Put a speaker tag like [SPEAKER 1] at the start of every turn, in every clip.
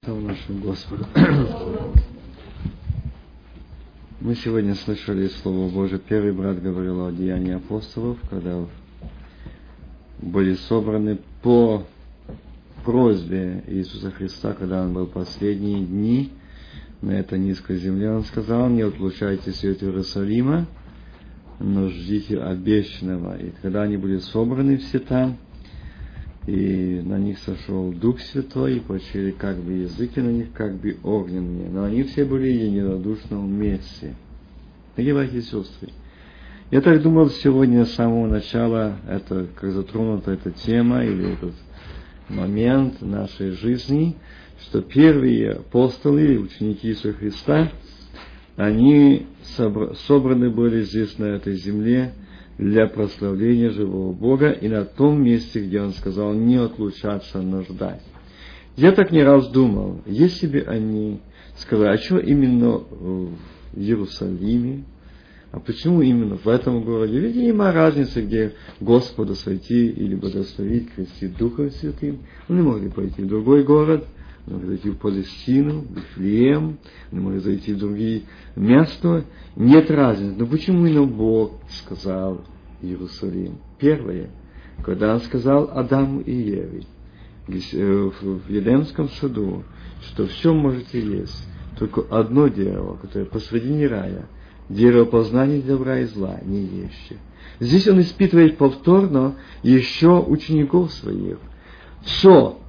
[SPEAKER 1] Слава нашему Господу. Мы сегодня слышали Слово Божие. Первый брат говорил о деянии апостолов, когда были собраны по просьбе Иисуса Христа, когда Он был в последние дни на этой низкой земле. Он сказал: не отлучайтесь от Иерусалима, но ждите обещанного. И когда они были собраны все там, и на них сошел Дух Святой, и почили как бы языки на них, как бы огненные. Но они все были единодушно вместе. Дорогие братья и сестры, я так думал сегодня с самого начала, это, как затронута эта тема, или этот момент нашей жизни, что первые апостолы, ученики Иисуса Христа, они собраны были здесь, на этой земле, для прославления живого Бога, и на том месте, где Он сказал не отлучаться, но ждать. Я так не раз думал, если бы они сказали, а что именно в Иерусалиме, а почему именно в этом городе? Ведь нема разницы, где Господа сойти или благословить, крестить Духом Святым. Они могли пойти в другой город, они могли зайти в Палестину, в Вифлеем, они могли зайти в другие места. Нет разницы. Но почему именно Бог сказал Иерусалим? Первое, когда Он сказал Адаму и Еве в Едемском саду, что все можете есть, только одно дерево, которое посредине рая, дерево познания добра и зла, не ешьте. Здесь Он испытывает повторно еще учеников своих. Все.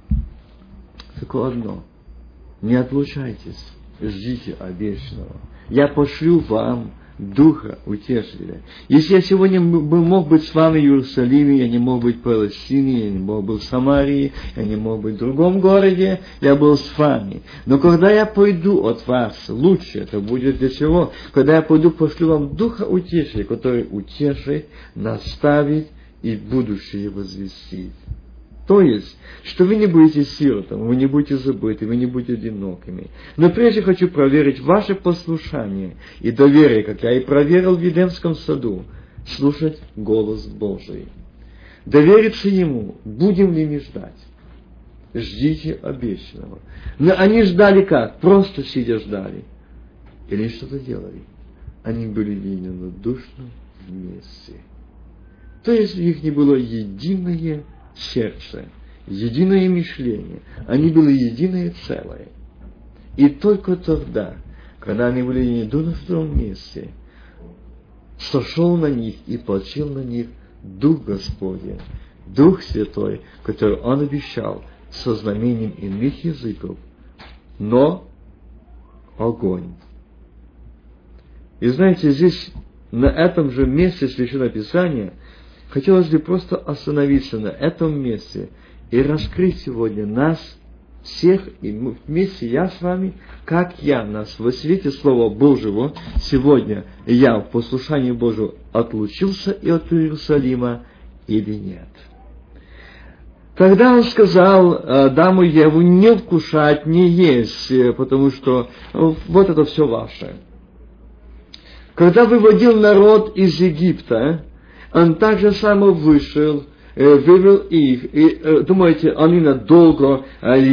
[SPEAKER 1] Только одно. Не отлучайтесь, ждите обещанного. Я пошлю вам Духа Утешителя. Если я сегодня мог быть с вами в Иерусалиме, я не мог быть в Палестине, я не мог быть в Самарии, я не мог быть в другом городе, я был с вами. Но когда я пойду от вас, лучше это будет для чего? Когда я пойду, пошлю вам Духа Утешителя, который утешит, наставит и будущее возвестит. То есть, что вы не будете сиротами, вы не будете забыты, вы не будете одинокими. Но прежде хочу проверить ваше послушание и доверие, как я и проверил в Едемском саду, слушать голос Божий. Довериться Ему, будем ли мы ждать? Ждите обещанного. Но они ждали как? Просто сидя ждали. Или что-то делали? Они были единодушно вместе. То есть, у них не было единое сердце, единое мышление. Они были единое целое. И только тогда, когда они были едины в том месте, сошел на них и почил на них Дух Господень, Дух Святой, который Он обещал со знамением иных языков, но огонь. И знаете, здесь, на этом же месте Священного Писания, хотелось бы просто остановиться на этом месте и раскрыть сегодня нас всех, и вместе я с вами, как я нас во свете Слова Божьего, сегодня я в послушании Божьему отлучился и от Иерусалима или нет. Тогда Он сказал Адаму и Еву не вкушать, не есть, потому что вот это все ваше. Когда выводил народ из Египта, Он так же само вышел, вывел их. И думаете, они надолго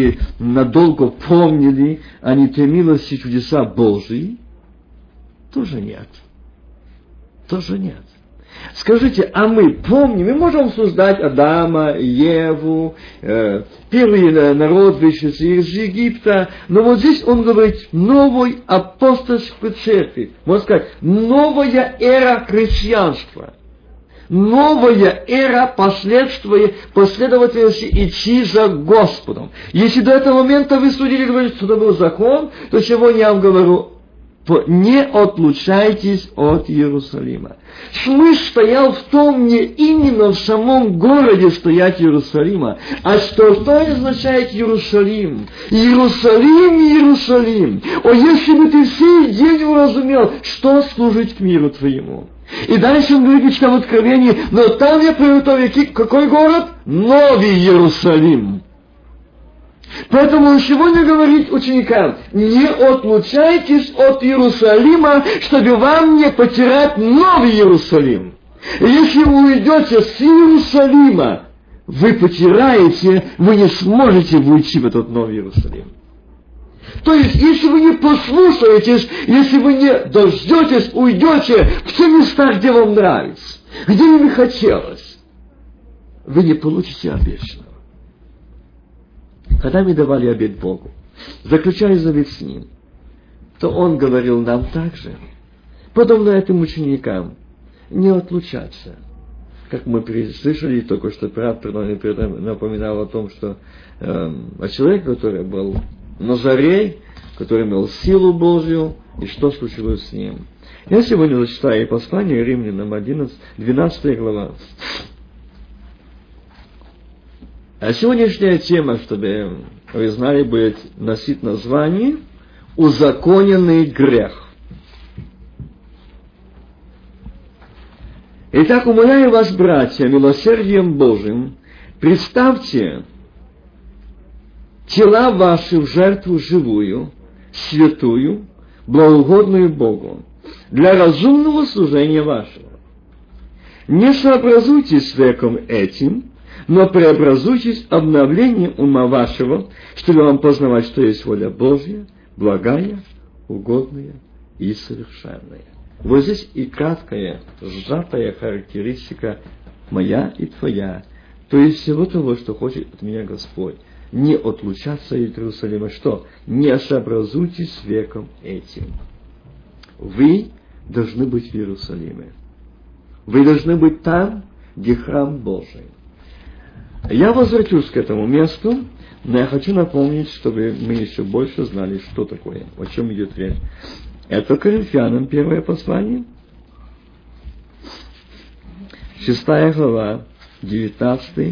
[SPEAKER 1] помнили они те милости и чудеса Божьи? Тоже нет. Тоже нет. Скажите, а мы помним, мы можем обсуждать Адама, Еву, первый народ, вышедший из Египта, но вот здесь он говорит новой апостольской церкви, можно сказать, новая эра христианства. Новая эра последовательности идти за Господом. Если до этого момента вы судили, говорите, что это был закон, то сегодня я вам говорю, не отлучайтесь от Иерусалима. Смысл стоял в том, не именно в самом городе стоять Иерусалима, а что означает Иерусалим? Иерусалим, Иерусалим. О, если бы ты всей день уразумел, что служить к миру твоему. И дальше он говорит в Откровении, но там я приготовил какой город? Новый Иерусалим. Поэтому он сегодня говорит ученикам, не отлучайтесь от Иерусалима, чтобы вам не потерять новый Иерусалим. Если вы уйдете с Иерусалима, вы потеряете, вы не сможете войти в этот новый Иерусалим. То есть, если вы не послушаетесь, если вы не дождетесь, уйдете в те места, где вам нравится, где им и хотелось, вы не получите обещанного. Когда мы давали обет Богу, заключали завет с Ним, то Он говорил нам также, подобно этим ученикам, не отлучаться. Как мы слышали только что, брат напоминал о том, что о человеке, который был Назарей, который имел силу Божью, и что случилось с ним. Я сегодня зачитаю послание Римлянам 12 глава. А сегодняшняя тема, чтобы вы знали, будет носить название «Узаконенный грех». Итак, умоляю вас, братья, милосердием Божиим, представьте тела ваши в жертву живую, святую, благоугодную Богу, для разумного служения вашего. Не сообразуйтесь с веком этим, но преобразуйтесь обновлением ума вашего, чтобы вам познавать, что есть воля Божья, благая, угодная и совершенная. Вот здесь и краткая, сжатая характеристика моя и твоя, то есть всего того, что хочет от меня Господь. Не отлучаться от Иерусалима. Что? Не сообразуйтесь с веком этим. Вы должны быть в Иерусалиме. Вы должны быть там, где храм Божий. Я возвращусь к этому месту, но я хочу напомнить, чтобы мы еще больше знали, что такое, о чем идет речь. Это Коринфянам первое послание, 6 глава, 19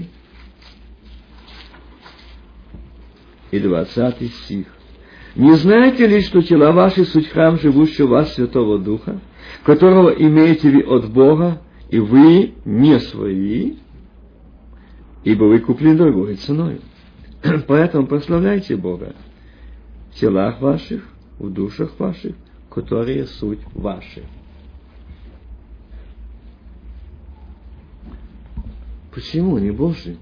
[SPEAKER 1] и 20 стих. «Не знаете ли, что тела ваши суть храм живущего в вас Святого Духа, которого имеете вы от Бога, и вы не свои, ибо вы куплены дорогой ценой? Поэтому прославляйте Бога в телах ваших, в душах ваших, которые суть ваши». Почему не Божий?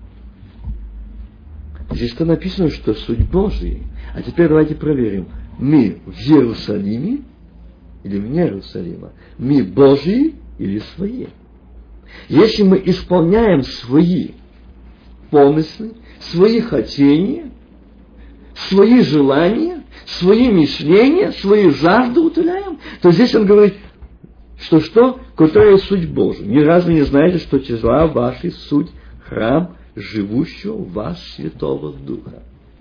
[SPEAKER 1] Здесь-то написано, что суть Божия. А теперь давайте проверим. Мы в Иерусалиме или вне Иерусалима? Мы Божьи или свои? Если мы исполняем свои помыслы, свои хотения, свои желания, свои мышления, свои жажды утоляем, то здесь он говорит, что, которая суть Божия. Ни разу не знаете, что тела ваши суть храм живущего в вас Святого Духа.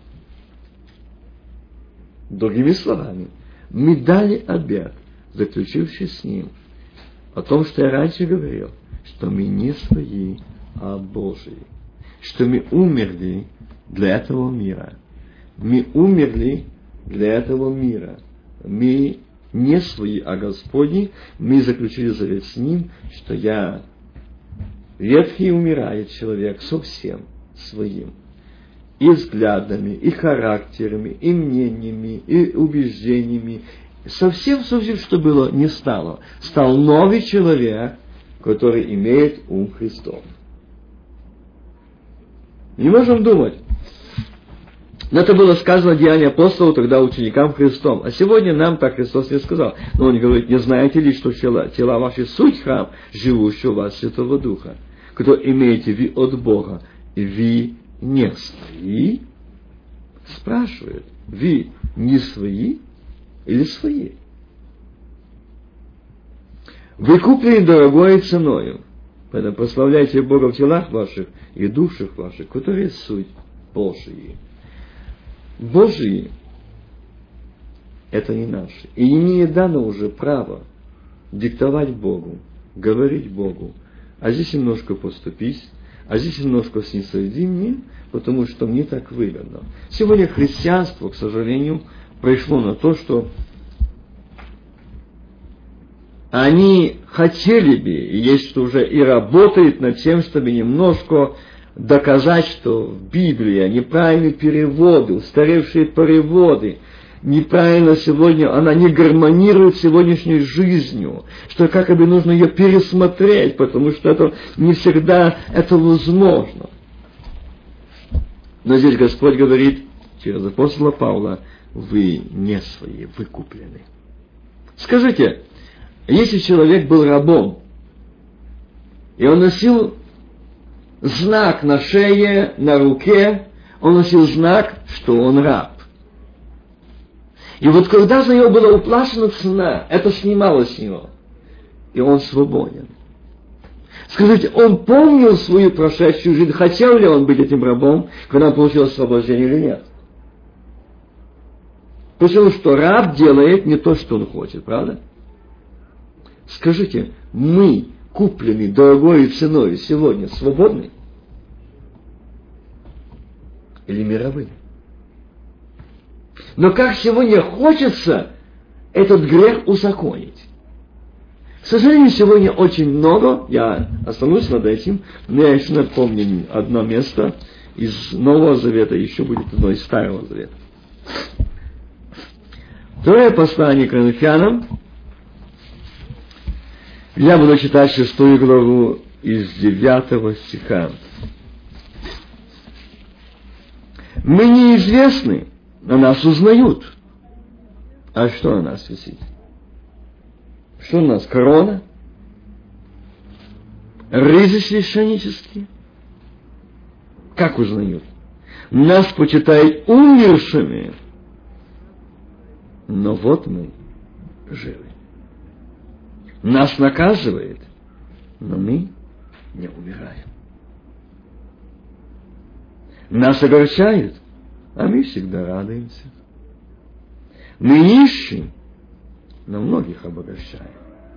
[SPEAKER 1] Другими словами, мы дали обет, заключившись с Ним, о том, что я раньше говорил, что мы не свои, а Божьи, что мы умерли для этого мира. Мы умерли для этого мира. Мы не свои, а Господни. Мы заключили завет с Ним, что я ветхий умирает человек совсем своим. И взглядами, и характерами, и мнениями, и убеждениями. Совсем, что было, не стало. Стал новый человек, который имеет ум Христов. Не можем думать. Но это было сказано в Деянии апостолов тогда ученикам Христом. А сегодня нам так Христос не сказал. Но Он говорит, не знаете ли, что тела ваши суть храм, живущего в вас Святого Духа, кто имеете вы от Бога, и вы не свои? Спрашивает, вы не свои или свои? Вы куплены дорогой ценою, поэтому прославляйте Бога в телах ваших и душах ваших, которые суть Божьи. Божьи – это не наши. И не дано уже право диктовать Богу, говорить Богу, а здесь немножко поступись, а здесь немножко снисходи мне, потому что мне так выгодно. Сегодня христианство, к сожалению, пришло на то, что они хотели бы, и есть что уже и работает над тем, чтобы немножко доказать, что в Библии неправильные переводы, устаревшие переводы, неправильно сегодня, она не гармонирует с сегодняшней жизнью, что как бы нужно ее пересмотреть, потому что это не всегда это возможно. Но здесь Господь говорит, через апостола Павла, вы не свои, вы куплены. Скажите, если человек был рабом, и он носил знак на шее, на руке, он носил знак, что он раб. И вот когда за него была уплачена цена, это снималось с него, и он свободен. Скажите, он помнил свою прошедшую жизнь, хотел ли он быть этим рабом, когда он получил освобождение или нет? Потому что раб делает не то, что он хочет, правда? Скажите, мы куплены дорогой ценой сегодня свободны? Или мировые? Но как сегодня хочется этот грех узаконить? К сожалению, сегодня очень много, я остановлюсь над этим, но я еще напомню одно место из Нового Завета, еще будет одно из Старого Завета. Второе послание к Коринфянам. Я буду читать 6 главу из 9 стиха. Мы неизвестны, но нас узнают. А что на нас висит? Что у нас? Корона? Ризы священнические? Как узнают? Нас почитают умершими. Но вот мы живы. Нас наказывает, но мы не умираем. Нас огорчают, а мы всегда радуемся. Мы нищие, но многих обогащаем.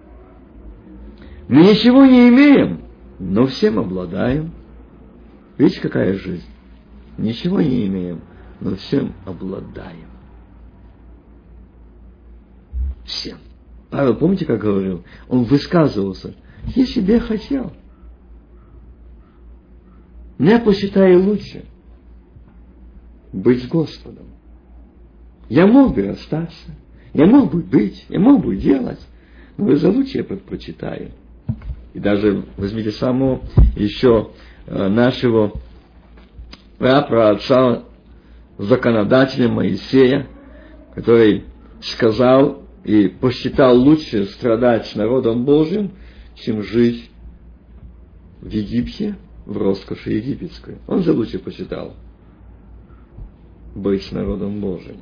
[SPEAKER 1] Мы ничего не имеем, но всем обладаем. Видите, какая жизнь? Ничего не имеем, но всем обладаем. Всем. Павел, помните, как говорил? Он высказывался. Если бы я хотел, я посчитаю лучше быть с Господом. Я мог бы остаться, я мог бы быть, я мог бы делать, но за лучше я предпочитаю. И даже возьмите самого еще нашего праотца, законодателя Моисея, который сказал и посчитал лучше страдать с народом Божьим, чем жить в Египте, в роскоши египетской. Он же лучше посчитал быть с народом Божьим.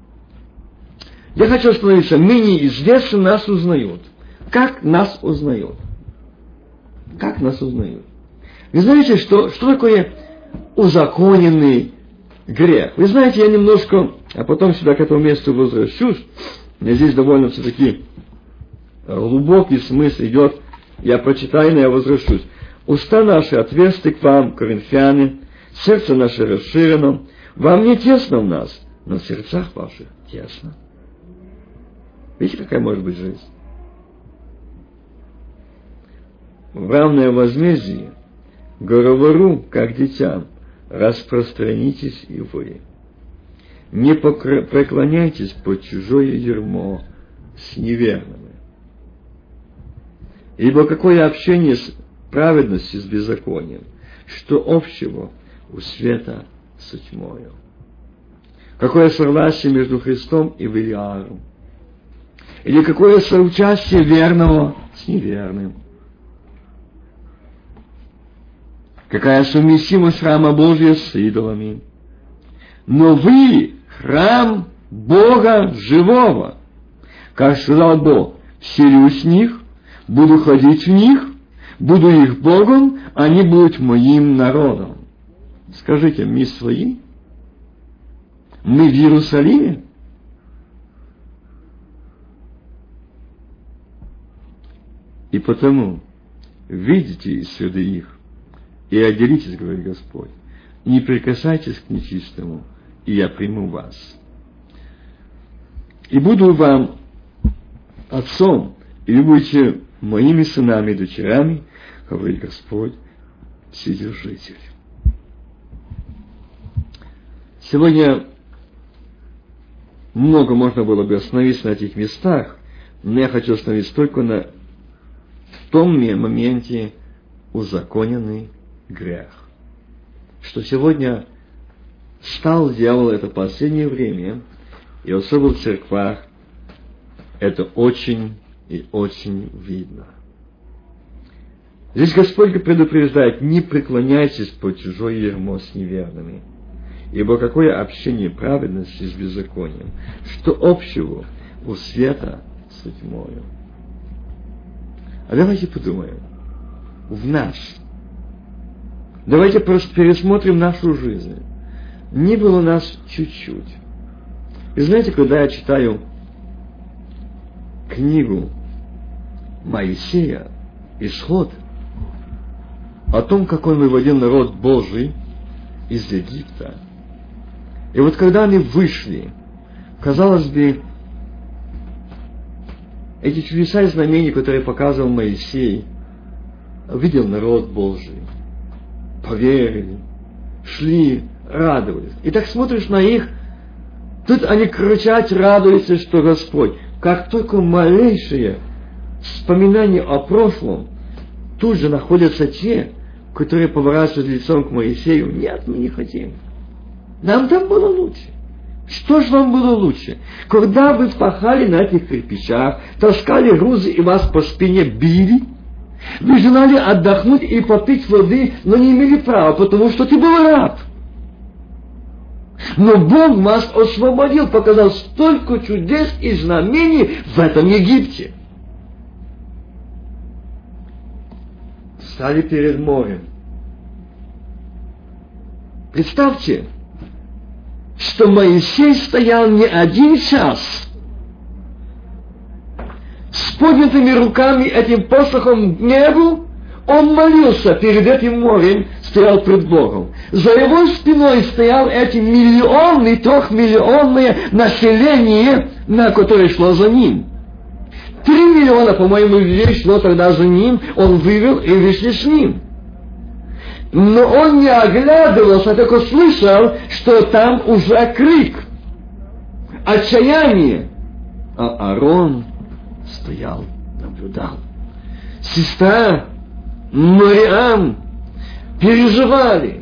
[SPEAKER 1] Я хочу остановиться. Мы неизвестны, нас узнают. Как нас узнают? Как нас узнают? Вы знаете, что такое узаконенный грех? Вы знаете, я немножко, а потом сюда к этому месту возвращусь. У меня здесь довольно все-таки глубокий смысл идет. Я прочитаю, но я возвращусь. Уста наши отверсты к вам, коринфяне, сердце наше расширено. Вам не тесно в нас, но в сердцах ваших тесно. Видите, какая может быть жизнь? В равное возмездие говорю, как дитям, распространитесь и вы. Не преклоняйтесь под чужое ермо с неверными. Ибо какое общение с праведностью с беззаконием, что общего у света с тьмою? Какое согласие между Христом и Велиаром? Или какое соучастие верного с неверным? Какая совместимость храма Божия с идолами? Но вы храм Бога живого. Как сказал Бог, вселюсь в них, буду ходить в них, буду их Богом, они будут моим народом. Скажите, мы свои? Мы в Иерусалиме? И потому видите из среды их, и отделитесь, говорит Господь, и не прикасайтесь к нечистому, и я приму вас. И буду вам отцом, и вы будете моими сынами и дочерями, говорит Господь, Вседержитель. Сегодня много можно было бы остановиться на этих местах, но я хочу остановиться только на том моменте узаконенный грех. Что сегодня стал дьявол это последнее время, и особо в церквах, это очень и очень видно. Здесь Господь предупреждает: не преклоняйтесь под чужое ярмо с неверными, ибо какое общение праведности с беззаконием, что общего у света с тьмою. А давайте подумаем, в нас, давайте просто пересмотрим нашу жизнь. Не было у нас чуть-чуть. И знаете, когда я читаю книгу Моисея, Исход, о том, как он выводил народ Божий из Египта, и вот когда они вышли, казалось бы, эти чудеса и знамения, которые показывал Моисей, видел народ Божий, поверили, шли, радовались. И так смотришь на их, тут они кричат, радуются, что Господь. Как только малейшее вспоминание о прошлом, тут же находятся те, которые поворачиваются лицом к Моисею: нет, мы не хотим. Нам там было лучше. Что ж вам было лучше? Когда вы пахали на этих кирпичах, таскали грузы и вас по спине били, вы желали отдохнуть и попить воды, но не имели права, потому что ты был раб. Но Бог вас освободил, показал столько чудес и знамений в этом Египте. Стали перед морем. Представьте, что Моисей стоял не 1 час с поднятыми руками, этим посохом к небу. Он молился перед этим морем, стоял пред Богом. За его спиной стоял эти миллионные, 3-миллионное население, на которое шло за ним. 3 миллиона, по-моему, людей шло тогда за ним, он вывел и вышли с ним. Но он не оглядывался, только слышал, что там уже крик, отчаяние. А Аарон стоял, наблюдал. Сестра Мариам переживали.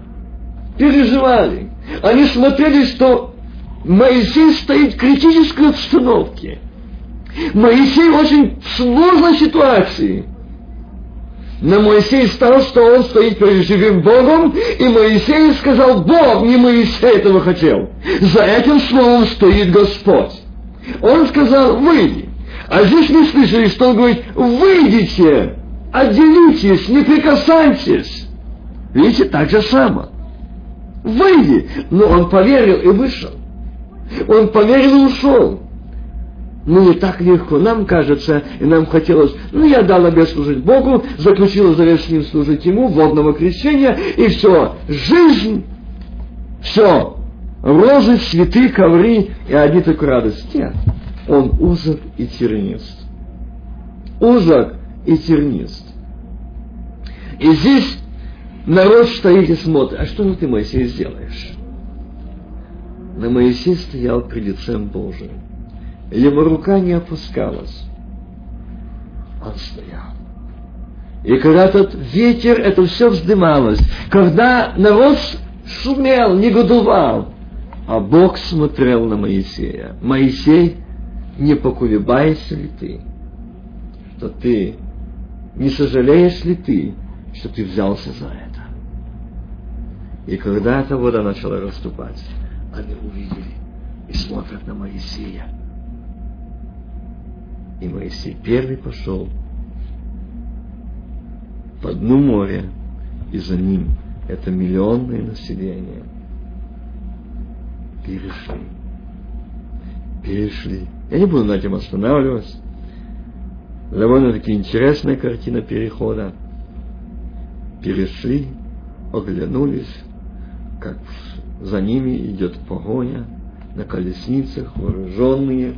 [SPEAKER 1] Они смотрели, что Моисей стоит в критической обстановке. Моисей в очень сложной ситуации. Но Моисей стал, что он стоит перед живым Богом, и Моисей сказал: Бог, не Моисей этого хотел. За этим словом стоит Господь. Он сказал: выйди. А здесь мы слышали, что он говорит: выйдите, отделитесь, не прикасайтесь. Видите, так же само. Выйди. Но он поверил и вышел. Он поверил и ушел. Но не так легко. Нам кажется, и нам хотелось: я дал обет служить Богу, заключил завет с Ним служить Ему, водного крещения, и все. Жизнь, все. Розы, цветы, ковры, и одни только радость. Нет. Он узок и тернист. Узок и тернист. И здесь народ стоит и смотрит: а что ты, Моисей, сделаешь? Но Моисей стоял пред лицем Божиим. Его рука не опускалась. Он стоял. И когда этот ветер, это все вздымалось, когда народ шумел, негодовал, а Бог смотрел на Моисея: Моисей, не поколебаешься ли ты? Что ты, не сожалеешь ли ты, что ты взялся за это? И когда эта вода начала расступать, они увидели и смотрят на Моисея. И Моисей первый пошел по дну моря, и за ним это миллионное население перешли. Я не буду на этом останавливаться. Довольно-таки интересная картина перехода. Перешли, оглянулись, как за ними идет погоня на колесницах, вооруженные,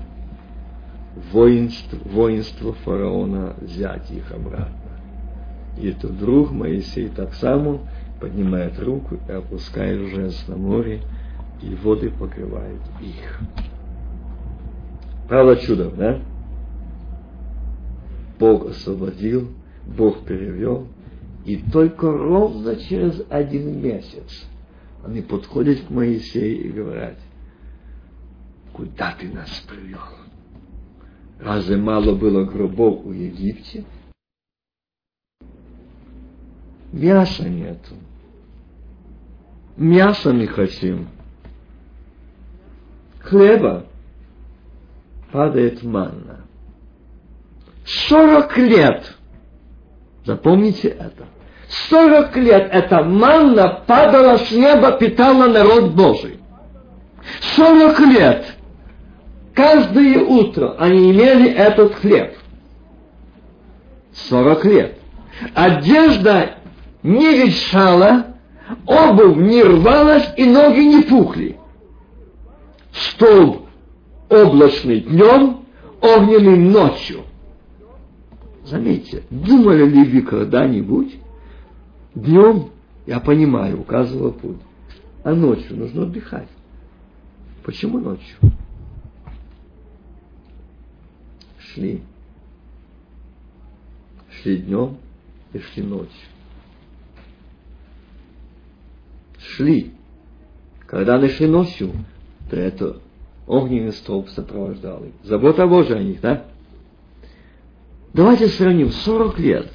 [SPEAKER 1] воинство фараона взять их обратно. И это вдруг Моисей так само поднимает руку и опускает жезл на море, и воды покрывают их. Правда чудо, да? Бог освободил, Бог перевел, и только ровно через 1 месяц Они подходят к Моисею и говорят: куда ты нас привел? Разве мало было гробов у Египте? Мяса нету. Мяса мы хотим. Хлеба. Падает манна. 40 лет. Запомните это. 40 лет эта манна падала с неба, питала народ Божий. 40 лет. Каждое утро они имели этот хлеб. 40 лет. Одежда не ветшала, обувь не рвалась и ноги не пухли. Столб облачный днем, огненный ночью. Заметьте, думали ли вы когда-нибудь? Днем, я понимаю, указывал путь, а ночью нужно отдыхать. Почему ночью? Шли днем и шли ночью. Шли. Когда они шли ночью, то это огненный столб сопровождал их. Забота Божия о них, да? Давайте сравним. 40 лет.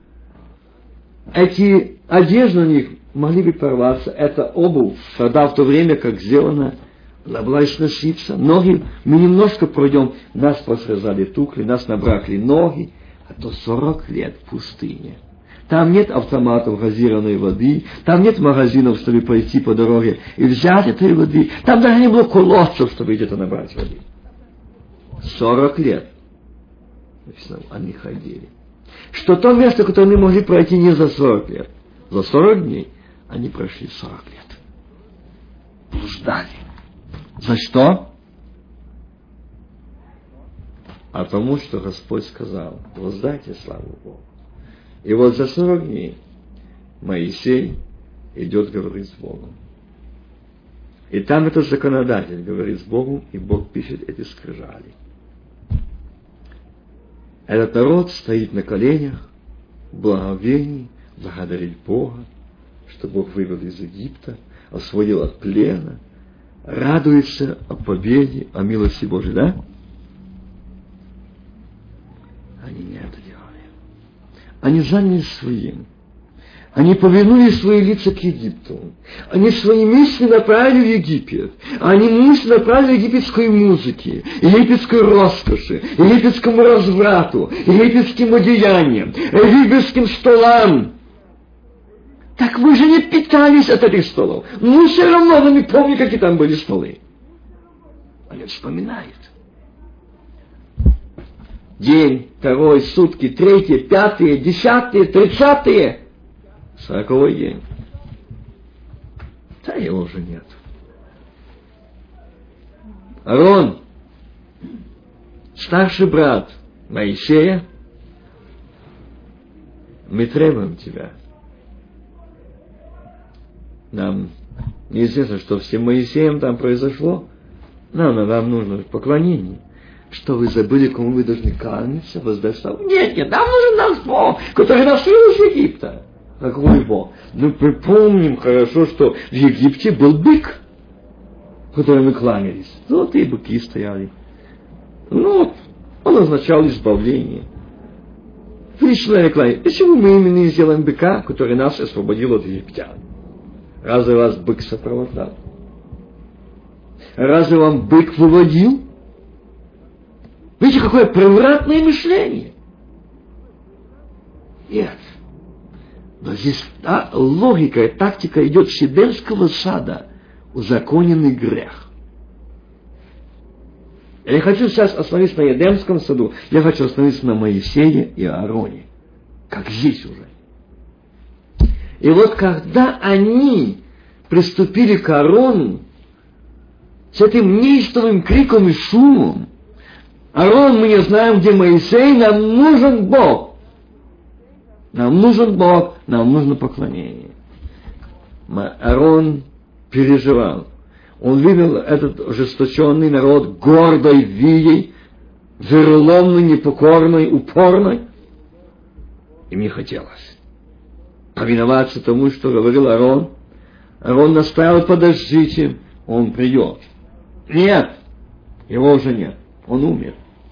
[SPEAKER 1] Эти одежды у них могли бы порваться. Это обувь, тогда в то время, как сделано, она была износиться. Ноги, мы немножко пройдем, нас посрезали тухли, нас набракли ноги. А то 40 лет в пустыне. Там нет автоматов газированной воды, там нет магазинов, чтобы пойти по дороге и взять этой воды. Там даже не было колодцев, чтобы где-то набрать воды. 40 лет. Они ходили. Что то место, которое они могли пройти не за 40 лет, за 40 дней, они прошли 40 лет. Блуждали. За что? А тому, что Господь сказал: воздайте славу Богу. И вот за 40 дней Моисей идет говорить с Богом. И там этот законодатель говорит с Богом, и Бог пишет эти скрижали. Этот народ стоит на коленях, в благовении, благодарит Бога, что Бог вывел из Египта, освободил от плена, радуется о победе, о милости Божьей, да? Они не это делали. Они занялись своим. Они повернули свои лица к Египту. Они свои мысли направили в Египет. Они мысли направили в египетской музыке, египетской роскоши, египетскому разврату, египетским одеяниям, египетским столам. Так вы же не питались от этих столов. Ну, все равно вы не помните, какие там были столы. Они вспоминают. День, второй, сутки, третий, пятый, 10, 30, 40 день. Да его уже нет. Аарон, старший брат Моисея, мы требуем тебя. Нам неизвестно, что с Моисеем там произошло. Нам нужно поклонение. Что вы забыли, кому вы должны кланяться, воздать славу? Нет, нам нужен наш Бог, который нас вывел из Египта. Какой Бог? Ну, припомним хорошо, что в Египте был бык, которому мы кланялись. Золотые быки стояли. Ну, он означал избавление. Пришли кланяться. Почему мы именно не сделаем быка, который нас освободил от египтян? Разве вас бык сопровождал? Разве вам бык выводил? Видите, какое превратное мышление. Нет. Но здесь логика и тактика идет с Эдемского сада, узаконенный грех. Я не хочу сейчас остановиться на Эдемском саду, я хочу остановиться на Моисее и Аароне. Как здесь уже. И вот когда они приступили к Аарону с этим неистовым криком и шумом: Аарон, мы не знаем, где Моисей, нам нужен Бог. Нам нужен Бог, нам нужно поклонение. Аарон переживал. Он видел этот ожесточенный народ гордой вией, вероломной, непокорной, упорной. Им не хотелось повиноваться тому, что говорил Аарон. Аарон настаивал, подождите, он придет. Нет, его уже нет, он умер.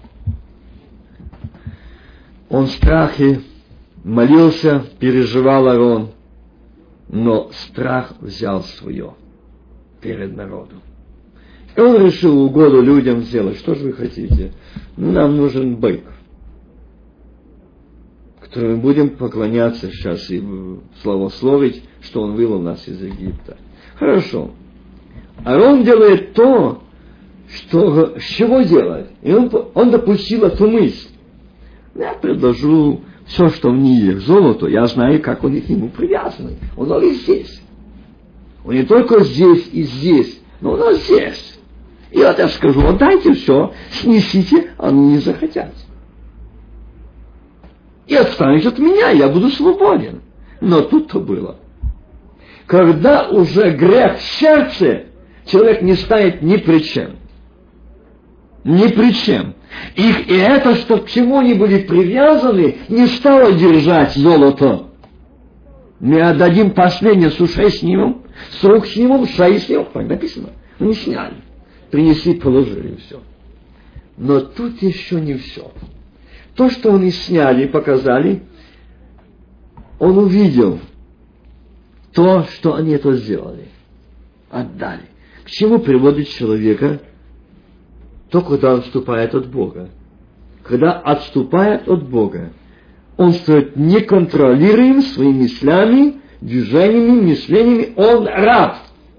[SPEAKER 1] Он в страхе молился, переживал Аарон, но страх взял свое перед народом. И он решил угоду людям сделать. Что же вы хотите? Нам нужен бык, которому мы будем поклоняться сейчас и славословить, что он вывел нас из Египта. Хорошо. Аарон делает то, что, с чего делать. И он допустил эту мысль. Я предложу все, что в них золото, я знаю, как они к нему привязаны. Он и здесь. Он не только здесь и здесь, но он здесь. И вот я скажу, отдайте все, снесите, они не захотят. И отстанете от меня, я буду свободен. Но тут-то было. Когда уже грех в сердце, человек не станет ни при чем. Ни при чем. И это, что к чему они были привязаны, не стало держать золото. Мы отдадим последнее с ушей снимем, с рук снимем, с шеи снимем, так написано. Но не сняли. Принесли, положили, все. Но тут еще не все. То, что они сняли и показали, он увидел то, что они это сделали. Отдали. К чему приводит человека? То, когда отступает от Бога. Когда отступает от Бога, он стоит неконтролируем своими мыслями, движениями, мышлениями. Он раб.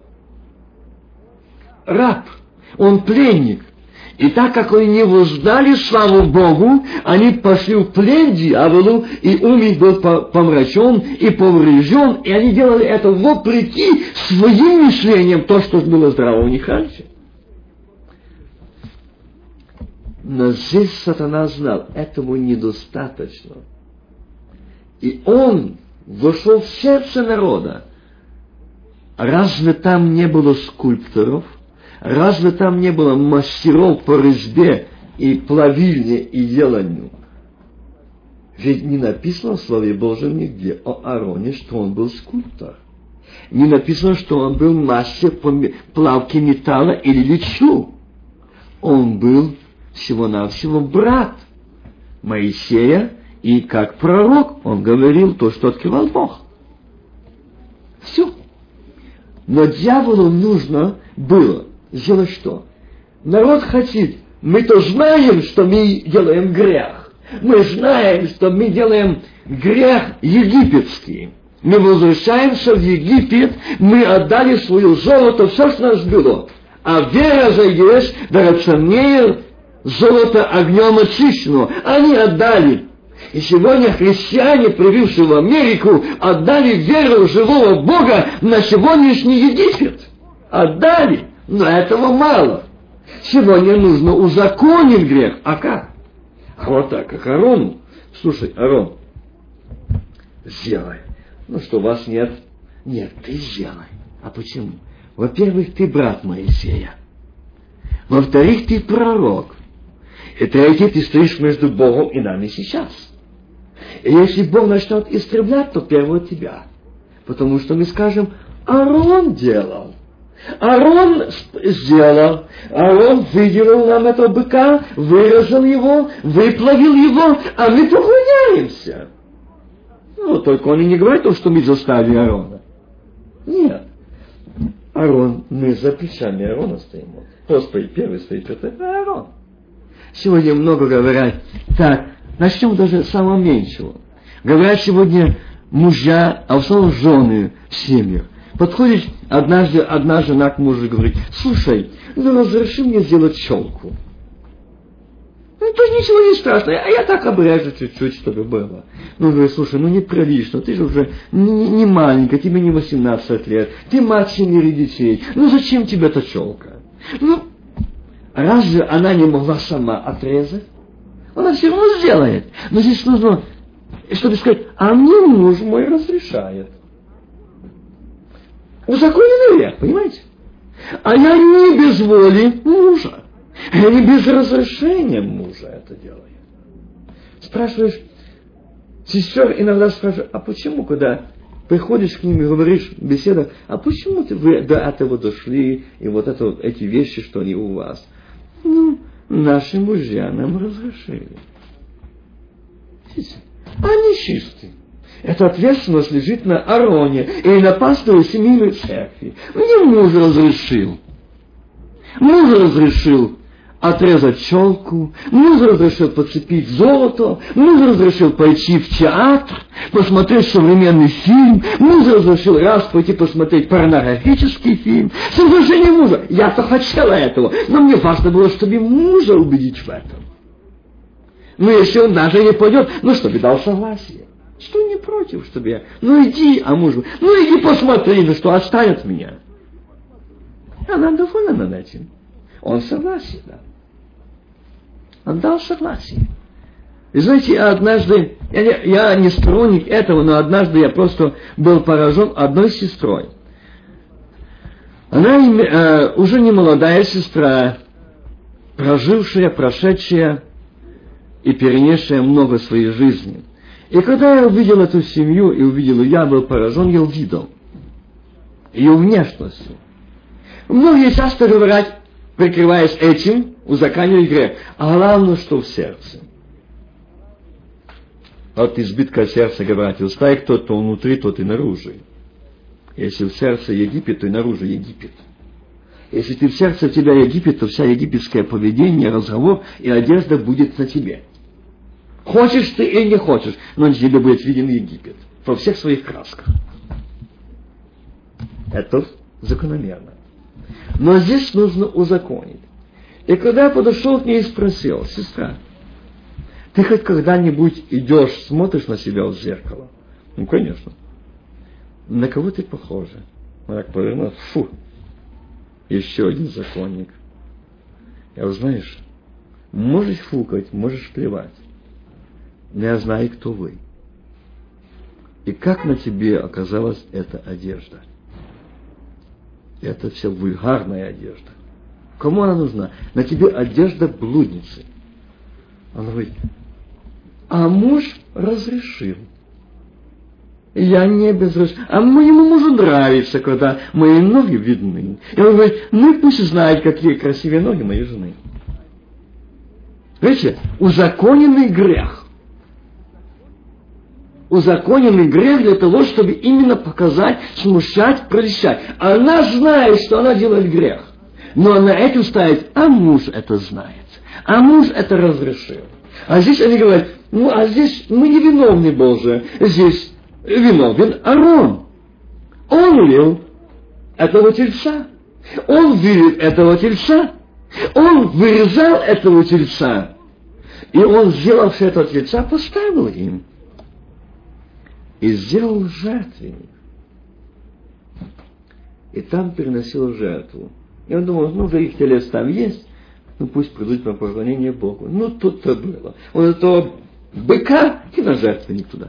[SPEAKER 1] Раб. Он пленник. И так как они не воздали славу Богу, они пошли в плен дьяволу, и ум их был помрачен и поврежден, и они делали это вопреки своим мышлениям, то, что было здраво у них раньше. Но здесь сатана знал, этому недостаточно. И он вошел в сердце народа. Разве там не было скульпторов? Разве там не было мастеров по резьбе и плавильне и деланию? Ведь не написано в Слове Божьем нигде о Аароне, что он был скульптор. Не написано, что он был мастер по плавке металла или личу. Он был всего-навсего брат Моисея, и как пророк он говорил то, что открывал Бог. Все. Но дьяволу нужно было сделать что? Народ хотит. Мы-то знаем, что мы делаем грех. Мы знаем, что мы делаем грех египетский. Мы возвращаемся в Египет, мы отдали свое золото, все, что у нас было. А вера же есть драгоценнее золото огнем очищенного. Они отдали. И сегодня христиане, прибывшие в Америку, отдали веру в живого Бога на сегодняшний Египет. Отдали. Но этого мало. Сегодня нужно узаконить грех. А как? А вот так, как Аарону. Слушай, Аарон, сделай. Ну что, вас нет? Нет, ты сделай. А почему? Во-первых, ты брат Моисея. Во-вторых, ты пророк. И третье, ты стоишь между Богом и нами сейчас. И если Бог начнет истреблять, то первого тебя. Потому что мы скажем, Аарон делал. Аарон сделал. Аарон выделил нам этого быка, вырезал его, выплавил его, а мы поклоняемся. Ну, только он и не говорит, что мы заставили Аарона. Нет. Аарон, мы за плечами Аарона стоим. Господи, первый стоит, это Аарон. Сегодня много говорят, так, начнем даже с самого меньшего. Говорят сегодня мужья, а в основном жены в семьях. Подходит одна жена к мужу и говорит, слушай, ну разреши мне сделать челку. Ну, то ничего не страшного, а я так обрежу чуть-чуть, чтобы было. Ну, говорит, слушай, ну неприлично, ты же уже не маленькая, тебе не 18 лет, ты мать 7 детей, ну зачем тебе эта челка? Ну, разве она не могла сама отрезать? Она все равно сделает. Но здесь нужно, чтобы сказать, а мне муж мой разрешает. Узаконенный грех, понимаете? А я не без воли мужа. Я не без разрешения мужа это делаю. Спрашиваешь, сестер иногда спрашивают, а почему, когда приходишь к ним и говоришь в беседах, а почему вы до этого дошли, и вот это, эти вещи, что они у вас? Ну, наши мужья нам разрешили. Видите? Они чисты. Эта ответственность лежит на Аароне и на пасторе семейной церкви. Мне муж разрешил. Муж разрешил отрезать челку, муж разрешил подцепить золото, муж разрешил пойти в театр, посмотреть современный фильм, муж разрешил раз пойти посмотреть порнографический фильм. С разрешением мужа. Я-то хотела этого, но мне важно было, чтобы мужа убедить в этом. Ну, если он даже не пойдет, ну, чтобы дал согласие. Что не против, чтобы я... Ну, иди, а муж... Ну, иди посмотри, ну, что отстань от меня. Она довольна над этим. Он согласен, да. Он дал согласие. И знаете, однажды... Я не сторонник этого, но однажды я просто был поражен одной сестрой. Она уже не молодая сестра, прожившая, прошедшая и перенесшая много своей жизни. И когда я увидел эту семью, и увидел, я был поражен ее видом, ее внешностью. Многие часто говорят, прикрываясь этим, узаконивать грех. А главное, что в сердце. От избытка сердца говорят, уста, и кто то внутри, тот и наружу. Если в сердце Египет, то и наружу Египет. Если ты в сердце у тебя Египет, то вся египетское поведение, разговор и одежда будет на тебе. Хочешь ты или не хочешь, но на тебе будет виден Египет во всех своих красках. Это закономерно. Но здесь нужно узаконить. И когда я подошел к ней и спросил, сестра, ты хоть когда-нибудь идешь, смотришь на себя в зеркало? Ну, конечно. На кого ты похожа? Она так повернулась, фу, еще один законник. Я говорю, знаешь, можешь фукать, можешь плевать. Но я знаю, кто вы. И как на тебе оказалась эта одежда. Это все вульгарная одежда. Кому она нужна? На тебе одежда блудницы. Она говорит, а муж разрешил. Я не безразрешил. А моему мужу нравится, когда мои ноги видны. И он говорит, ну пусть знает, какие красивые ноги моей жены. Видите, узаконенный грех. Узаконенный грех для того, чтобы именно показать, смущать, прельщать. Она знает, что она делает грех. Но она этим ставит, а муж это знает. А муж это разрешил. А здесь они говорят, ну а здесь мы не виновны, Боже. Здесь виновен Аарон. Он увел этого тельца. Он вырезал этого тельца. Он вырезал этого тельца. И он, сделав этого тельца, поставил им. И сделал жертвенник. И там переносил жертву. И он думал, ну, уже их телец там есть, ну, пусть придут на поклонение Богу. Ну, тут-то было. Он этого быка и на жертвенник туда.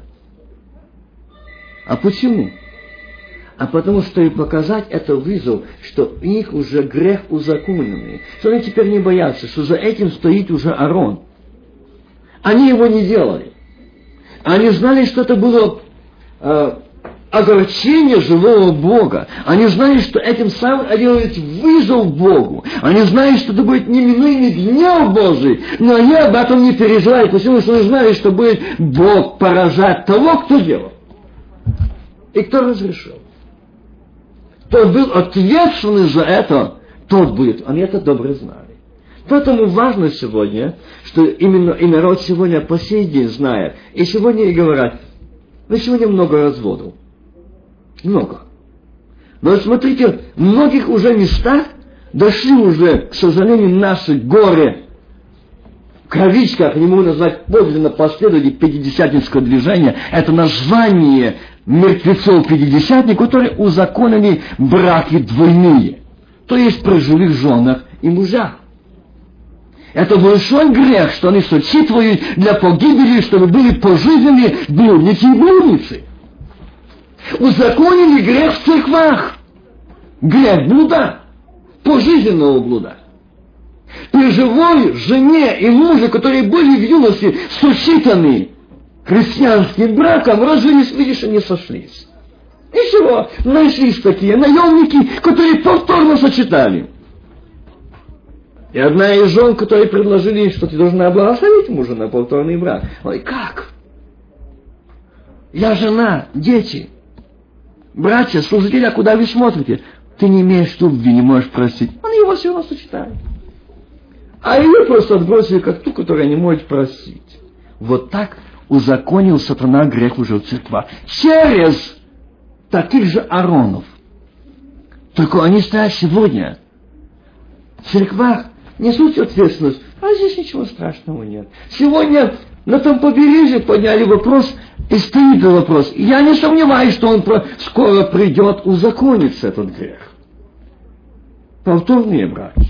[SPEAKER 1] А почему? А потому что и показать это вызов, что у них уже грех узаконенный. Что они теперь не боятся, что за этим стоит уже Аарон. Они его не делали. Они знали, что это было огорчение живого Бога. Они знали, что этим самым делают вызов Богу. Они знали, что это будет неминуемый гнев Божий. Но они об этом не переживали, потому что они знали, что будет Бог поражать того, кто делал. И кто разрешил. Кто был ответственный за это, тот будет. Они это добре знали. Поэтому важно сегодня, что именно и народ сегодня по сей день знает. И сегодня и говорят, но сегодня много разводов. Много. Но смотрите, в многих уже местах дошли уже, к сожалению, наши горы, в кавичках, не могу назвать подлинно последователи пятидесятнического движения, это название мертвецов-пятидесятников, которые узаконили браки двойные, то есть при живых женах и мужах. Это большой грех, что они сочетывают для погибели, чтобы были пожизненные блудники и блудницы. Узаконили грех в церквах. Грех блуда, пожизненного блуда. При живой жене и муже, которые были в юности сочетаны христианским браком, развелись, видишь, и не сошлись. Ничего, нашлись такие наемники, которые повторно сочетали. И одна из жен, которые предложили, что ты должна благословить мужа на повторный брак. Ой, как? Я жена, дети. Братья, служители, а куда вы смотрите? Ты не имеешь любви, не можешь простить. Он его все равно сочетает. А ее просто отбросили, как ту, которая не может простить. Вот так узаконил сатана грех уже в церквах. Через таких же Ааронов. Только они стоят сегодня в церквах, несут ответственность, а здесь ничего страшного нет. Сегодня на том побережье подняли вопрос, и стоит вопрос. Я не сомневаюсь, что он скоро придет, узаконится этот грех. Повторные браки.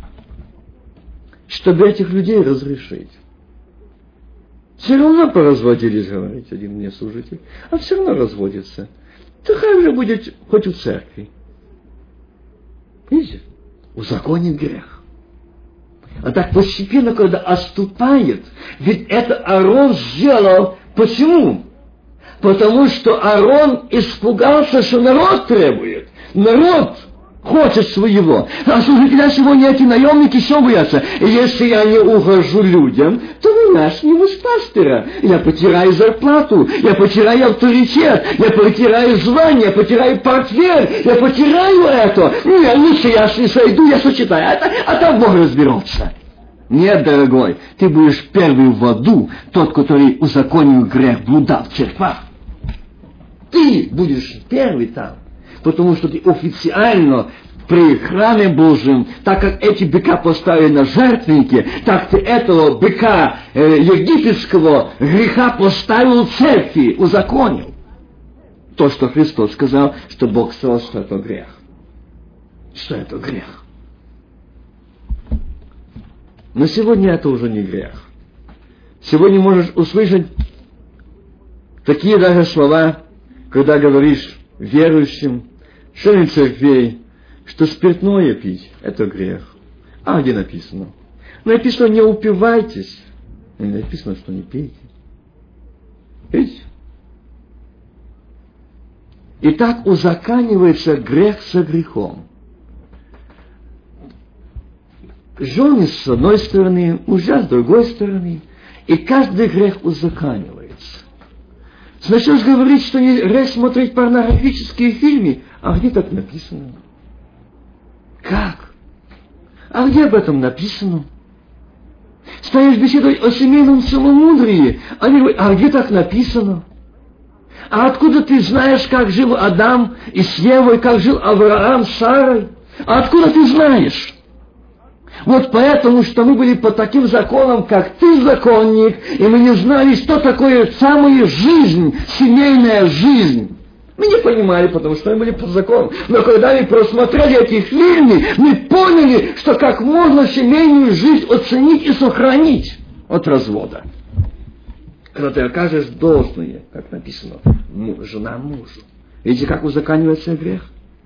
[SPEAKER 1] Чтобы этих людей разрешить. Все равно поразводились, говорит один мне служитель, а все равно разводятся. Такая же будет хоть в церкви. Видите? Узаконит грех. А так постепенно, когда отступает, ведь это Аарон сделал. Почему? Потому что Аарон испугался, что народ требует. Народ хочет своего. А служителя сегодня эти наемники все боятся. И если я не угожу людям, то меня снимут с пастыря. Я потеряю зарплату, я потеряю авторитет, я потеряю звание, я потеряю портфель, я потеряю это. Нет, лучше я сойду, я сочетаю. А там Бог разберется. Нет, дорогой, ты будешь первый в аду, тот, который узаконил грех блуда в церквах. Ты будешь первый там. Потому что ты официально при храме Божьем, так как эти быка поставили на жертвеннике, так ты этого быка египетского греха поставил в церкви, узаконил. То, что Христос сказал, что Бог сказал, что это грех. Что это грех. Но сегодня это уже не грех. Сегодня можешь услышать такие даже слова, когда говоришь верующим, членам церквей, что спиртное пить – это грех. А где написано? Написано, не упивайтесь. И написано, что не пейте. Видите? И так узаканивается грех со грехом. Жены с одной стороны, мужья с другой стороны, и каждый грех узаканивается. Сначала говорить, что не грех смотреть порнографические фильмы, а где так написано? Как? А где об этом написано? Станешь беседовать о семейном целомудрии, они говорят, а где так написано? А откуда ты знаешь, как жил Адам и с Евой, как жил Авраам с Сарой? А откуда ты знаешь? Вот поэтому, что мы были по таким законам, как ты, законник, и мы не знали, что такое самая жизнь, семейная жизнь. Мы не понимали, потому что мы были по закону. Но когда мы просмотрели эти фильмы, мы поняли, что как можно семейную жизнь оценить и сохранить от развода. Когда ты окажешь должное, как написано, жена мужу. Видите, как узаканивается грех?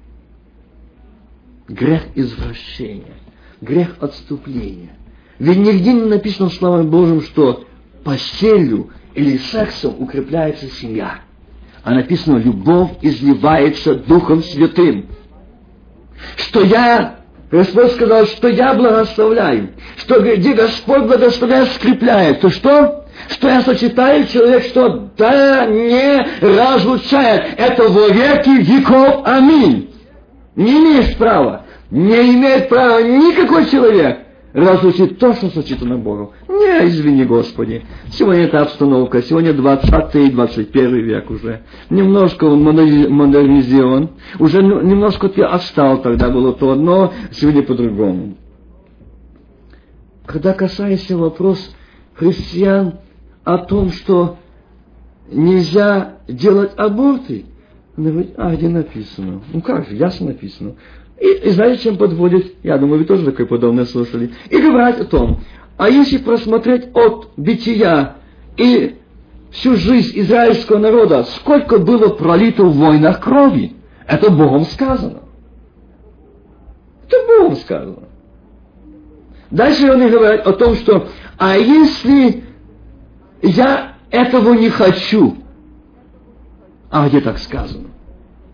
[SPEAKER 1] Грех извращения. Грех отступления. Ведь нигде не написано в Слове Божьем, что постелью или сексом укрепляется семья. А написано, любовь изливается Духом Святым. Что Господь сказал, что я благословляю. Что где Господь благословляет, скрепляет. То что? Что я сочетаю, человек, что да не разлучает. Это во веки веков. Аминь. Не имеешь права. Не имеет права никакой человек разлучить то, что сочетано Богом. Не, извини, Господи. Сегодня это обстановка. Сегодня 20 и 21 век уже. Немножко он модернизирован. Уже немножко ты отстал. Тогда было то одно, сегодня по-другому. Когда касается вопрос христиан о том, что нельзя делать аборты, он говорит, а где написано? Ну как же, ясно написано. И знаете, чем подводит? Я думаю, вы тоже такое подобное слышали. И говорят о том, а если просмотреть от бытия и всю жизнь израильского народа, сколько было пролито в войнах крови, это Богом сказано. Это Богом сказано. Дальше они говорят о том, что, а если я этого не хочу, а где так сказано?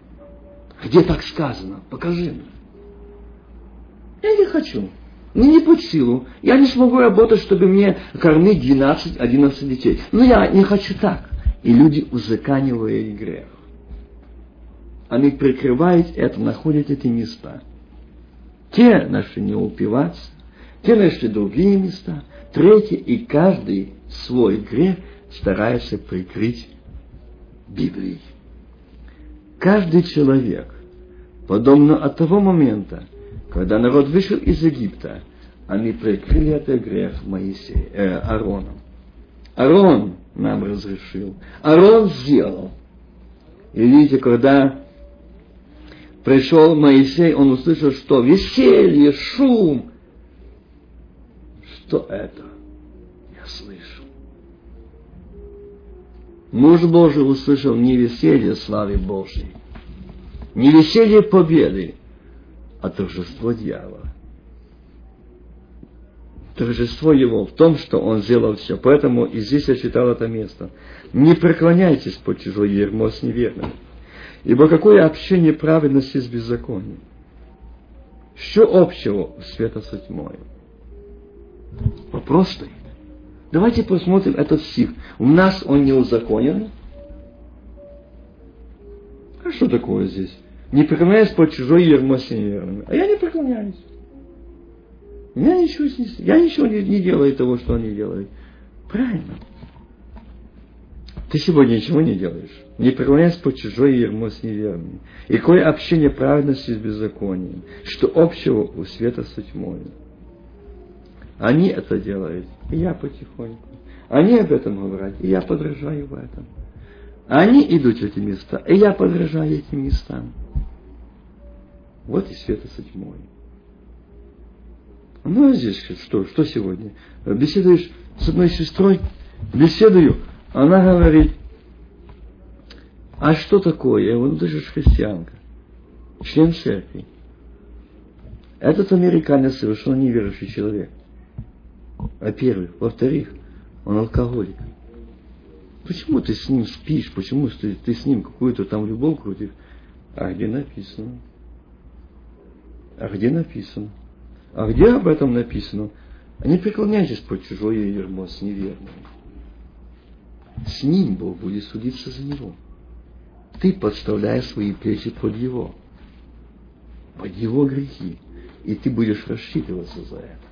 [SPEAKER 2] Где так сказано? Покажи мне. Я не хочу. Мне не под силу. Я не смогу работать, чтобы мне кормить 12-11 детей. Но я не хочу так. И люди узаканивают грех. Они прикрывают это, находят эти места. Те начали не упиваться, те нашли другие места, третьи, и каждый свой грех старается прикрыть Библией. Каждый человек, подобно от того момента, когда народ вышел из Египта, они прикрыли этот грех Аароном. Аарон нам разрешил. Аарон сделал. И видите, когда пришел Моисей, он услышал, что веселье, шум. Что это? Я слышу. Муж Божий услышал не веселье славы Божьей, не веселье победы, а торжество дьявола. Торжество его в том, что он сделал все. Поэтому и здесь я читал это место. Не преклоняйтесь под чужое ярмо с неверными. Ибо какое общение праведности с беззаконием? Что общего у света с тьмой? Вопрос стоит. Давайте посмотрим этот стих. У нас он не узаконен. А что такое здесь? Не преклоняюсь под чужое ярмо с неверными. А я не преклоняюсь. Я ничего не делаю того, что они делают. Правильно. Ты сегодня ничего не делаешь. Не преклоняйся под чужое ярмо с неверными. И какое общение праведности с беззаконием? Что общего у света с тьмой? Они это делают, и я потихоньку. Они об этом говорят, и я подражаю в этом. Они идут в эти места, и я подражаю этим местам. Вот и света с тьмой. Ну, а здесь что сегодня? Беседуешь с одной сестрой, беседую, она говорит, а что такое? Я говорю, ну ты же христианка, член церкви. Этот американец совершенно неверующий человек. Во-первых. Во-вторых, он алкоголик. Почему ты с ним спишь? Почему ты с ним какую-то там любовь крутишь? А где написано? А где написано? А где об этом написано? Не преклоняйтесь под чужое ярмо с неверными. С ним Бог будет судиться за него. Ты подставляешь свои плечи под его грехи. И ты будешь рассчитываться за это.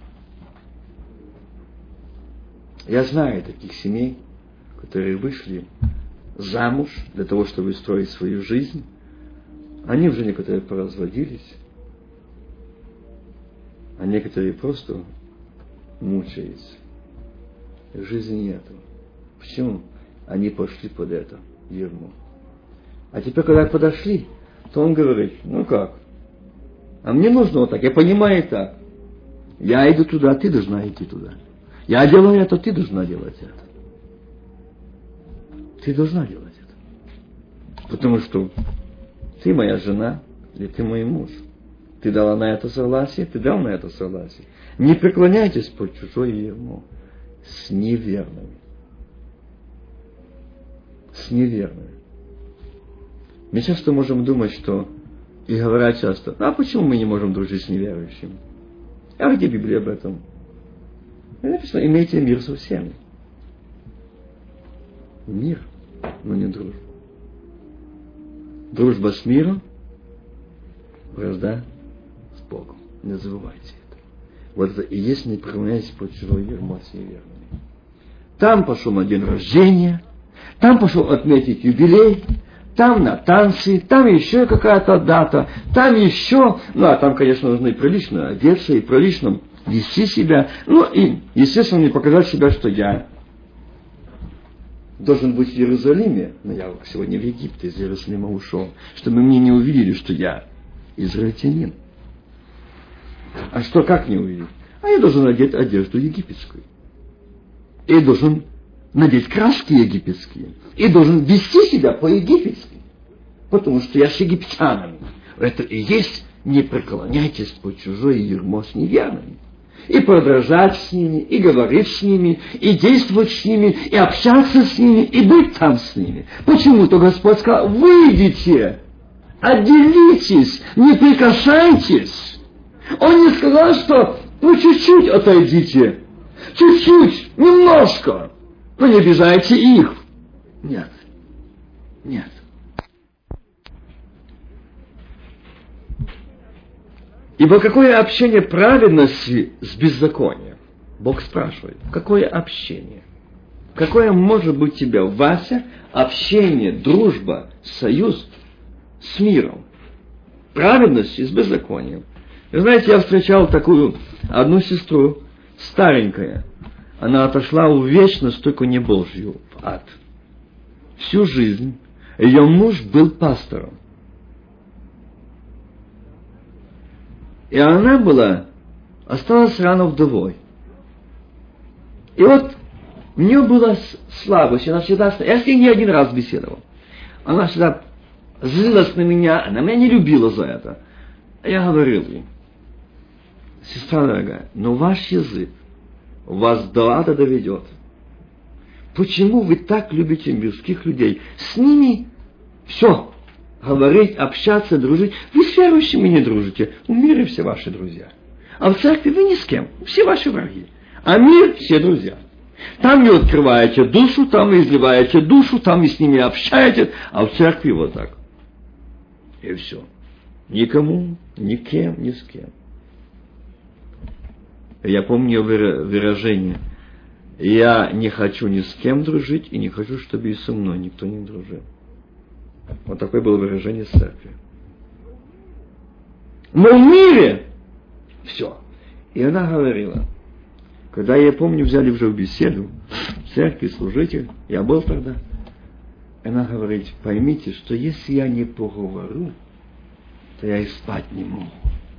[SPEAKER 2] Я знаю таких семей, которые вышли замуж для того, чтобы строить свою жизнь. Они уже некоторые поразводились, а некоторые просто мучаются. Жизни нету. Почему? Они пошли под это ярмо. А теперь, когда подошли, то он говорит, ну как? А мне нужно вот так, я понимаю так. Я иду туда, ты должна идти туда. Я делаю это, ты должна делать это. Ты должна делать это. Потому что ты моя жена, или ты мой муж. Ты дала на это согласие, ты дал на это согласие. Не преклоняйтесь под чужое ярмо с неверными. С неверными. Мы часто можем думать, что, и говорят часто, а почему мы не можем дружить с неверующими? А где Библия об этом? И написано, имейте мир со всеми. Мир, но не дружба. Дружба с миром, вражда с Богом. Не забывайте это. Вот это и есть не преклоняйтесь под чужое ярмо с неверными. Там пошел на день рождения, там пошел отметить юбилей, там на танцы, там еще какая-то дата, там еще, ну а там, конечно, нужно и прилично одеться, и прилично вести себя, ну и, естественно, не показать себя, что я должен быть в Иерусалиме, но я сегодня в Египте из Иерусалима ушел, чтобы мне не увидели, что я израильтянин. А что, как не увидеть? А я должен надеть одежду египетскую. И должен надеть краски египетские. И должен вести себя по-египетски. Потому что я с египтянами. Это и есть не преклоняйтесь под чужое ярмо с неверными. И подражать с ними, и говорить с ними, и действовать с ними, и общаться с ними, и быть там с ними. Почему-то Господь сказал, выйдите Отделитесь, не прикасайтесь. Он не сказал, что чуть-чуть отойдите. Чуть-чуть, немножко. Но не обижайте их. Нет. Нет. Ибо какое общение праведности с беззаконием? Бог спрашивает, какое общение? Какое может быть у тебя, Вася, общение, дружба, союз с миром? Праведности с беззаконием. Вы знаете, я встречал такую одну сестру, старенькая. Она отошла в вечность, только не Божью, в ад. Всю жизнь ее муж был пастором. И она осталась рано вдовой. И вот у нее была слабость, она всегда, я с ней не один раз беседовал. Она всегда злилась на меня, она меня не любила за это. Я говорил ей, сестра дорогая, но ваш язык вас до ада доведет. Почему вы так любите мирских людей? С ними все. Говорить, общаться, дружить. Вы с верующими не дружите. В мире все ваши друзья. А в церкви вы ни с кем. Все ваши враги. А мир все друзья. Там вы открываете душу, там вы изливаете душу, там вы с ними общаетесь. А в церкви вот так. И все. Никому, никем, ни с кем. Я помню выражение. Я не хочу ни с кем дружить и не хочу, чтобы и со мной никто не дружил. Вот такое было выражение церкви. Но в мире все. И она говорила, когда, я помню, взяли уже в беседу, в церкви служитель, я был тогда, она говорит, поймите, что если я не поговорю, то я и спать не могу.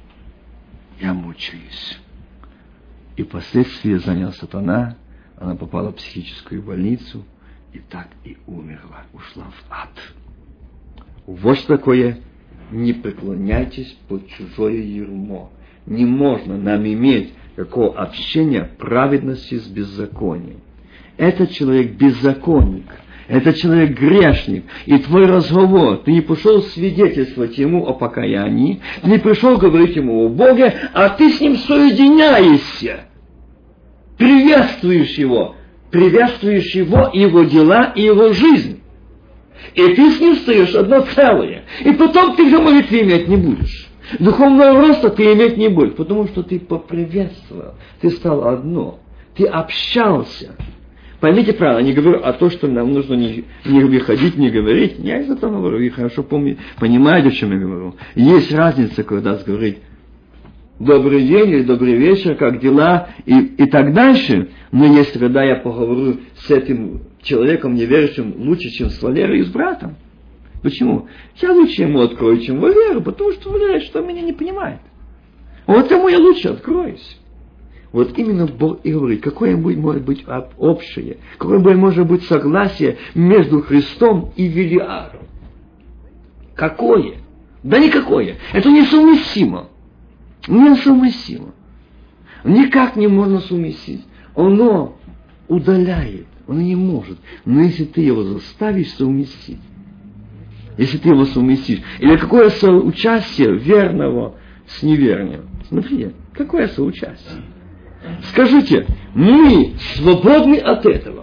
[SPEAKER 2] Я мучаюсь. И впоследствии занял сатана, она попала в психическую больницу, и так и умерла, ушла в ад. Вот что такое, не преклоняйтесь под чужое ярмо. Не можно нам иметь какого общения праведности с беззаконием. Этот человек беззаконник, этот человек грешник, и твой разговор, ты не пришел свидетельствовать ему о покаянии, ты не пришел говорить ему о Боге, а ты с ним соединяешься, приветствуешь его, его дела и его жизнь. И ты с ним стоишь одно целое. И потом ты же молитвы иметь не будешь. Духовного роста ты иметь не будешь, потому что ты поприветствовал. Ты стал одно. Ты общался. Поймите правильно, не говорю о том, что нам нужно не выходить, не говорить. Я из этого говорю, и хорошо понимаете, о чем я говорю. Есть разница, когда говорить добрый день или добрый вечер, как дела и так дальше. Но если когда я поговорю с этим человеком неверующим лучше, чем с Валерой и с братом. Почему? Я лучше ему открою, чем Валеру, потому что Валера что меня не понимает. Вот ему я лучше откроюсь. Вот именно Бог и говорит, какое может быть общее, какое может быть согласие между Христом и Велиаром. Какое? Да никакое. Это несовместимо. Несовместимо. Никак не можно совместить. Оно удаляет. Он не может. Но если ты его заставишь совместить, если ты его совместишь, или какое соучастие верного с неверным. Смотрите, какое соучастие. Скажите, мы свободны от этого.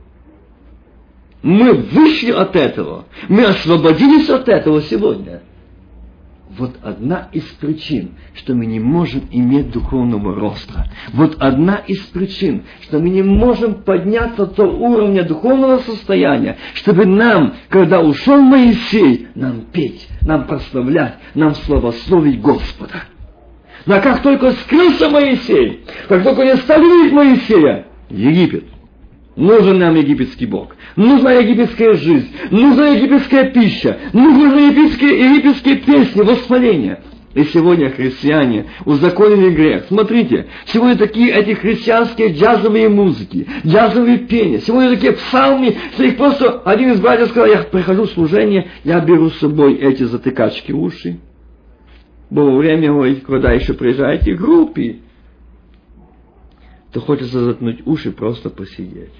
[SPEAKER 2] Мы вышли от этого. Мы освободились от этого сегодня. Вот одна из причин, что мы не можем иметь духовного роста. Вот одна из причин, что мы не можем подняться до уровня духовного состояния, чтобы нам, когда ушел Моисей, нам петь, нам прославлять, нам славословить Господа. Но как только скрылся Моисей, как только не стали видеть Моисея, Египет. Нужен нам египетский Бог. Нужна египетская жизнь. Нужна египетская пища. Нужны египетские песни, восхваления. И сегодня христиане узаконили грех. Смотрите, сегодня такие эти христианские джазовые музыки, джазовые пения. Сегодня такие псалмы, что их просто один из братьев сказал, я прихожу в служение, я беру с собой эти затыкачки уши. Было время, когда еще приезжаете группы, то хочется заткнуть уши, просто посидеть.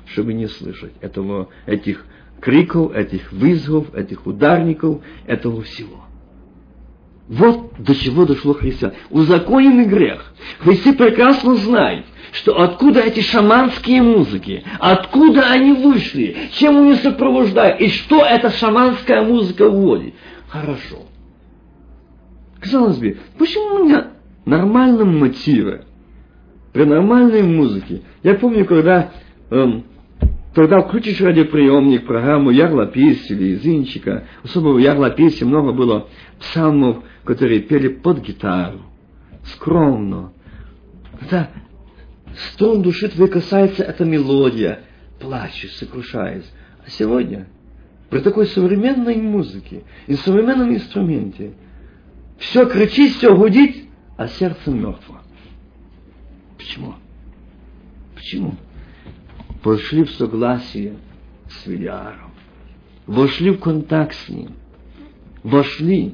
[SPEAKER 2] чтобы не слышать этих криков, этих вызовов, этих ударников, этого всего. Вот до чего дошло христиан. Узаконенный грех. Вы все прекрасно знаете, что откуда эти шаманские музыки, откуда они вышли, чем они сопровождают, и что эта шаманская музыка вводит. Хорошо. Казалось бы, почему у меня нормальном мотиве, при нормальной музыке? Я помню, когда включишь радиоприемник, программу Ярлапис или Зинчика, особенно в Ярлаписе много было псалмов, которые пели под гитару, скромно. Когда струн души твоей касается эта мелодия, плачешь, сокрушаясь. А сегодня, при такой современной музыке и современном инструменте, все кричит, все гудит, а сердце мертво. Почему? Почему? Вошли в согласие с Велиаром, вошли в контакт с ним, вошли,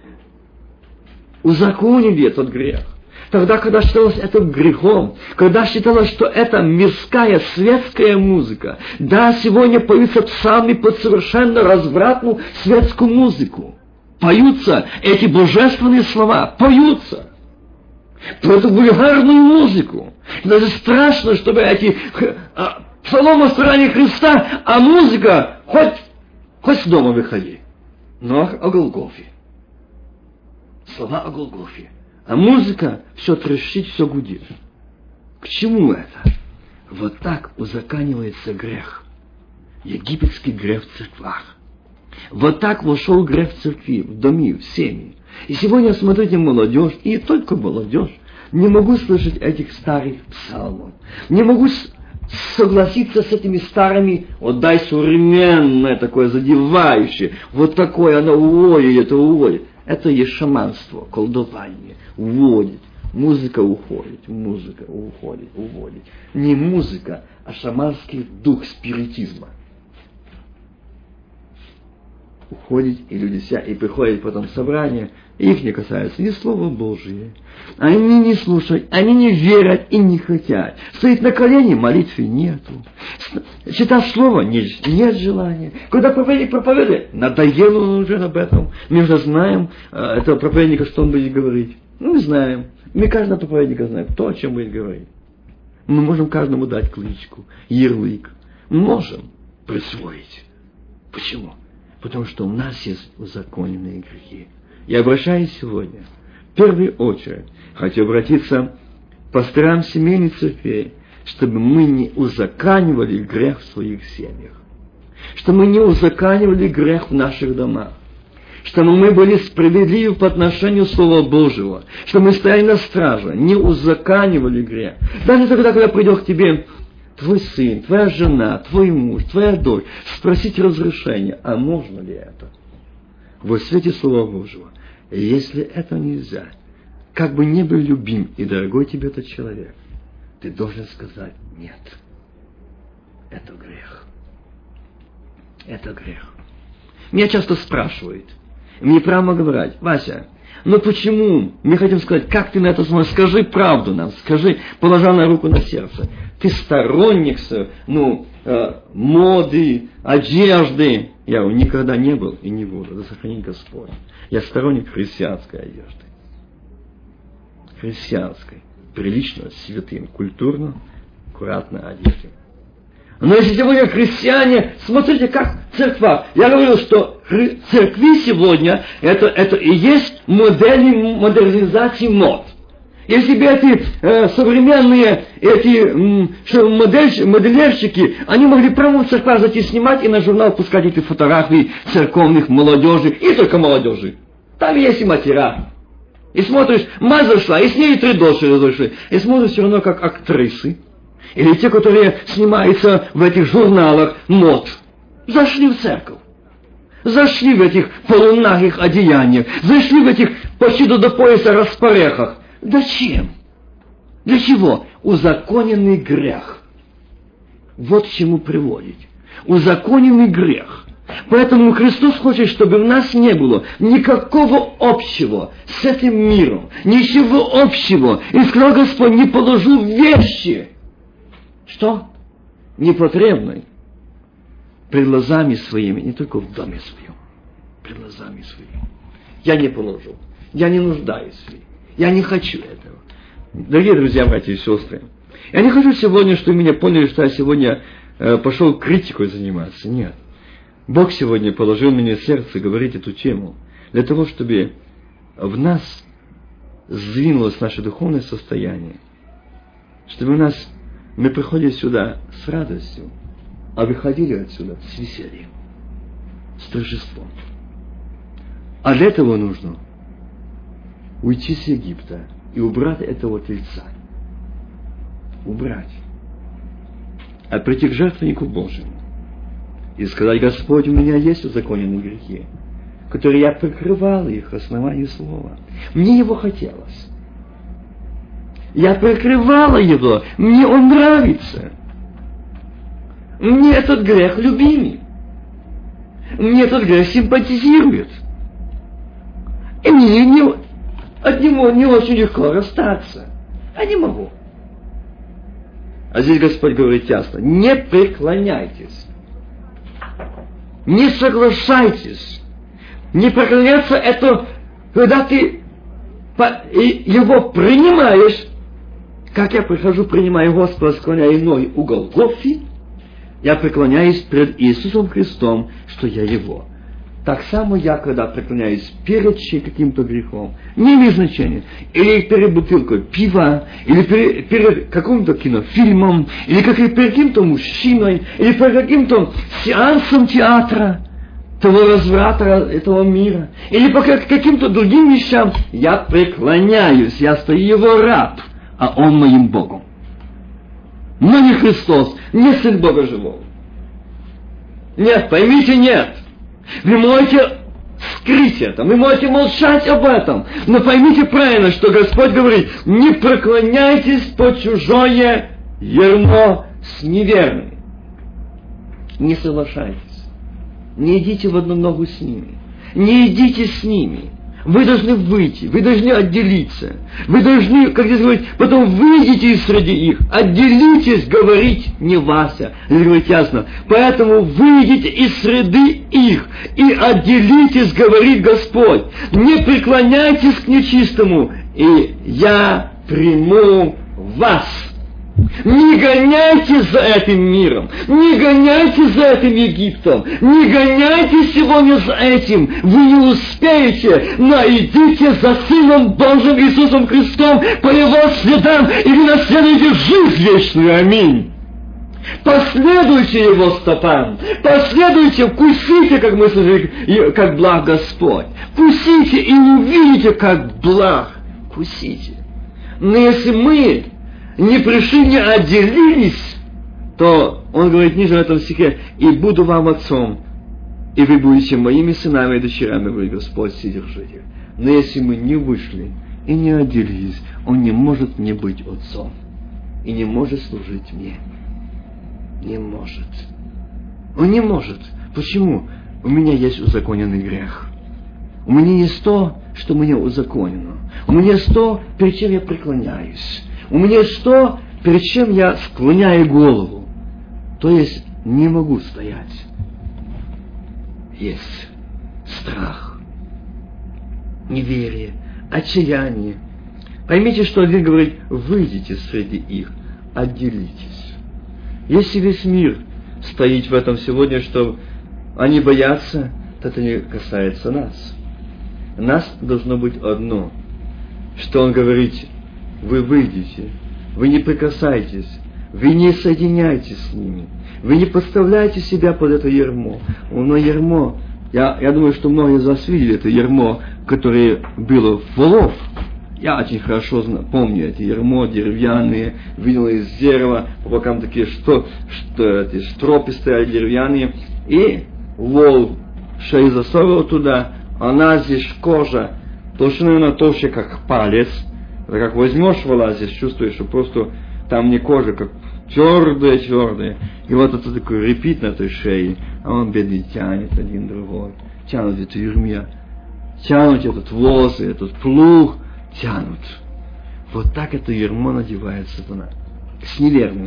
[SPEAKER 2] узаконили этот грех. Тогда, когда считалось это грехом, когда считалось, что это мирская, светская музыка, да, сегодня поются псалмы под совершенно развратную светскую музыку. Поются эти божественные слова, поются. Про эту вульгарную музыку. И даже страшно, чтобы эти псалмы в стороне Христа, а музыка хоть с дома выходи. Но о Голгофе. Слова о Голгофе. А музыка все трещит, все гудит. К чему это? Вот так узаканивается грех. Египетский грех в церквах. Вот так вошел грех в церкви, в доме, в семьи. И сегодня, смотрите, молодежь, и не только молодежь, не могу слышать этих старых псалмов. Не могу согласиться с этими старыми, вот дай современное такое, задевающее. Вот такое оно уводит, это уводит. Это есть шаманство, колдование, уводит. Музыка уходит, уводит. Не музыка, а шаманский дух спиритизма. Уходит, и люди и приходят потом в собрание, и их не касается ни Слова Божие. Они не слушают, они не верят и не хотят. Стоит на колени, молитвы нету. Читать Слово нет желания. Когда проповедник проповедует, надоело он уже об этом. Мы уже знаем этого проповедника, что он будет говорить. Мы знаем. Мы каждого проповедника знаем, то, о чем будет говорить. Мы можем каждому дать кличку, ярлык. Можем присвоить. Почему? Потому что у нас есть узаконенные грехи. Я обращаюсь сегодня, в первую очередь, хочу обратиться к пасторам семейных церквей, чтобы мы не узаканивали грех в своих семьях, чтобы мы не узаканивали грех в наших домах, чтобы мы были справедливы по отношению Слова Божьего, чтобы мы стояли на страже, не узаканивали грех. Даже тогда, когда придет к тебе твой сын, твоя жена, твой муж, твоя дочь, спросить разрешения, а можно ли это? Во свете Слова Божьего. И если это нельзя, как бы не был любим и дорогой тебе этот человек, ты должен сказать нет. Это грех. Это грех. Меня часто спрашивают, мне прямо говорят, Вася, но почему? Мы хотим сказать, как ты на это смотришь? Скажи правду нам, скажи, положа на руку на сердце. Ты сторонник, моды, одежды. Я никогда не был и не буду, да сохранит Господь. Я сторонник христианской одежды. Христианской. Прилично, святым, культурно, аккуратно одежды. Но если сегодня христиане, смотрите, как церква. Я говорил, что церкви сегодня это и есть модели модернизации мод. Если бы эти современные модельерщики, они могли прямо в церквах зайти снимать и на журнал пускать эти фотографии церковных молодежи, и только молодежи. Там есть и матера. И смотришь, мать зашла, и с ней 3 дочери зашли. И смотришь все равно как актрисы. Или те, которые снимаются в этих журналах мод. Зашли в церковь. Зашли в этих полунагих одеяниях. Зашли в этих почти до пояса распорехах. Зачем? Для чего? Узаконенный грех. Вот к чему приводит. Узаконенный грех. Поэтому Христос хочет, чтобы в нас не было никакого общего с этим миром. Ничего общего. И сказал Господь, не положу вещи. Что? непотребной пред глазами своими, не только в доме своем, пред глазами своими. Я не положу, я не нуждаюсь в ней, я не хочу этого. Дорогие друзья, братья и сестры, я не хочу сегодня, чтобы меня поняли, что я сегодня пошел критикой заниматься. Нет. Бог сегодня положил мне в сердце говорить эту тему, для того, чтобы в нас сдвинулось наше духовное состояние, чтобы мы приходили сюда с радостью, а выходили отсюда с весельем, с торжеством. А для этого нужно уйти с Египта и убрать этого тельца. Убрать. А прийти к жертвеннику Божьему и сказать: Господь, у меня есть узаконенные грехи, которые я прикрывал их основанию слова. Мне его хотелось. Я прикрывала его, мне он нравится. Мне этот грех любимый. Мне этот грех симпатизирует. И мне от него не очень легко расстаться. Я не могу. А здесь Господь говорит ясно: не преклоняйтесь. Не соглашайтесь. Не преклоняться — это когда ты его принимаешь, как я прихожу, принимаю Господа, склоняю ноги у Голгофы, я преклоняюсь пред Иисусом Христом, что я Его. Так само я, когда преклоняюсь перед каким-то грехом, не имеет значения, или перед бутылкой пива, или перед каким-то кинофильмом, или перед каким-то мужчиной, или перед каким-то сеансом театра, того разврата этого мира, или по каким-то другим вещам, я преклоняюсь, я стою Его раб, а Он моим Богом. Но не Христос, не Сын Бога Живого. Нет, поймите, нет. Вы можете скрыть это, вы можете молчать об этом, но поймите правильно, что Господь говорит: не преклоняйтесь под чужое ярмо с неверными. Не соглашайтесь. Не идите в одну ногу с ними. Не идите с ними. Вы должны выйти, вы должны отделиться. Вы должны, как здесь говорить, потом выйдите из среди их. Отделитесь, говорить не Вася. Здесь говорит ясно. Поэтому выйдите из среды их и отделитесь, говорит Господь. Не преклоняйтесь к нечистому, и я приму вас. Не гоняйтесь за этим миром, не гоняйтесь за этим Египтом, не гоняйтесь сегодня за этим, вы не успеете, но идите за Сыном Божьим Иисусом Христом по Его следам, и вы наследуете жизнь вечную. Аминь. Последуйте Его стопам, последуйте, вкусите, как мы слышали, как благ Господь. Вкусите и увидите, как благ. Вкусите. Но если мы не пришли, не отделились, то Он говорит ниже в этом стихе: и буду вам отцом, и вы будете моими сынами и дочерями, говорит Господь Вседержитель. Но если мы не вышли и не отделились, Он не может мне быть отцом и не может служить мне. Не может. Он не может. Почему? У меня есть узаконенный грех. У меня есть то, что мне узаконено. У меня есть то, перед чем я преклоняюсь. У меня есть то, перед чем я склоняю голову. То есть не могу стоять. Есть страх, неверие, отчаяние. Поймите, что один говорит: выйдите среди их, отделитесь. Если весь мир стоит в этом сегодня, что они боятся, то это не касается нас. Нас должно быть одно, что Он говорит: вы выйдете, вы не прикасайтесь, вы не соединяйтесь с ними, вы не подставляйте себя под это ярмо. Оно ярмо, я думаю, что многие из вас видели это ярмо, которое было в волов. Я очень хорошо помню эти ярмо деревянные, видел из дерева, по бокам такие эти стропы стояли деревянные, и вол шею засовывал туда, она здесь кожа, толщиной на толще, как палец. Это как возьмешь вола, здесь чувствуешь, что просто там не кожа, как твердая. И вот это такой репит на той шее, а он бедный тянет один другой. Тянут эту юрмия, тянут этот воз, этот плуг, тянут. Вот так это ярмо надевает сатана. С неверными.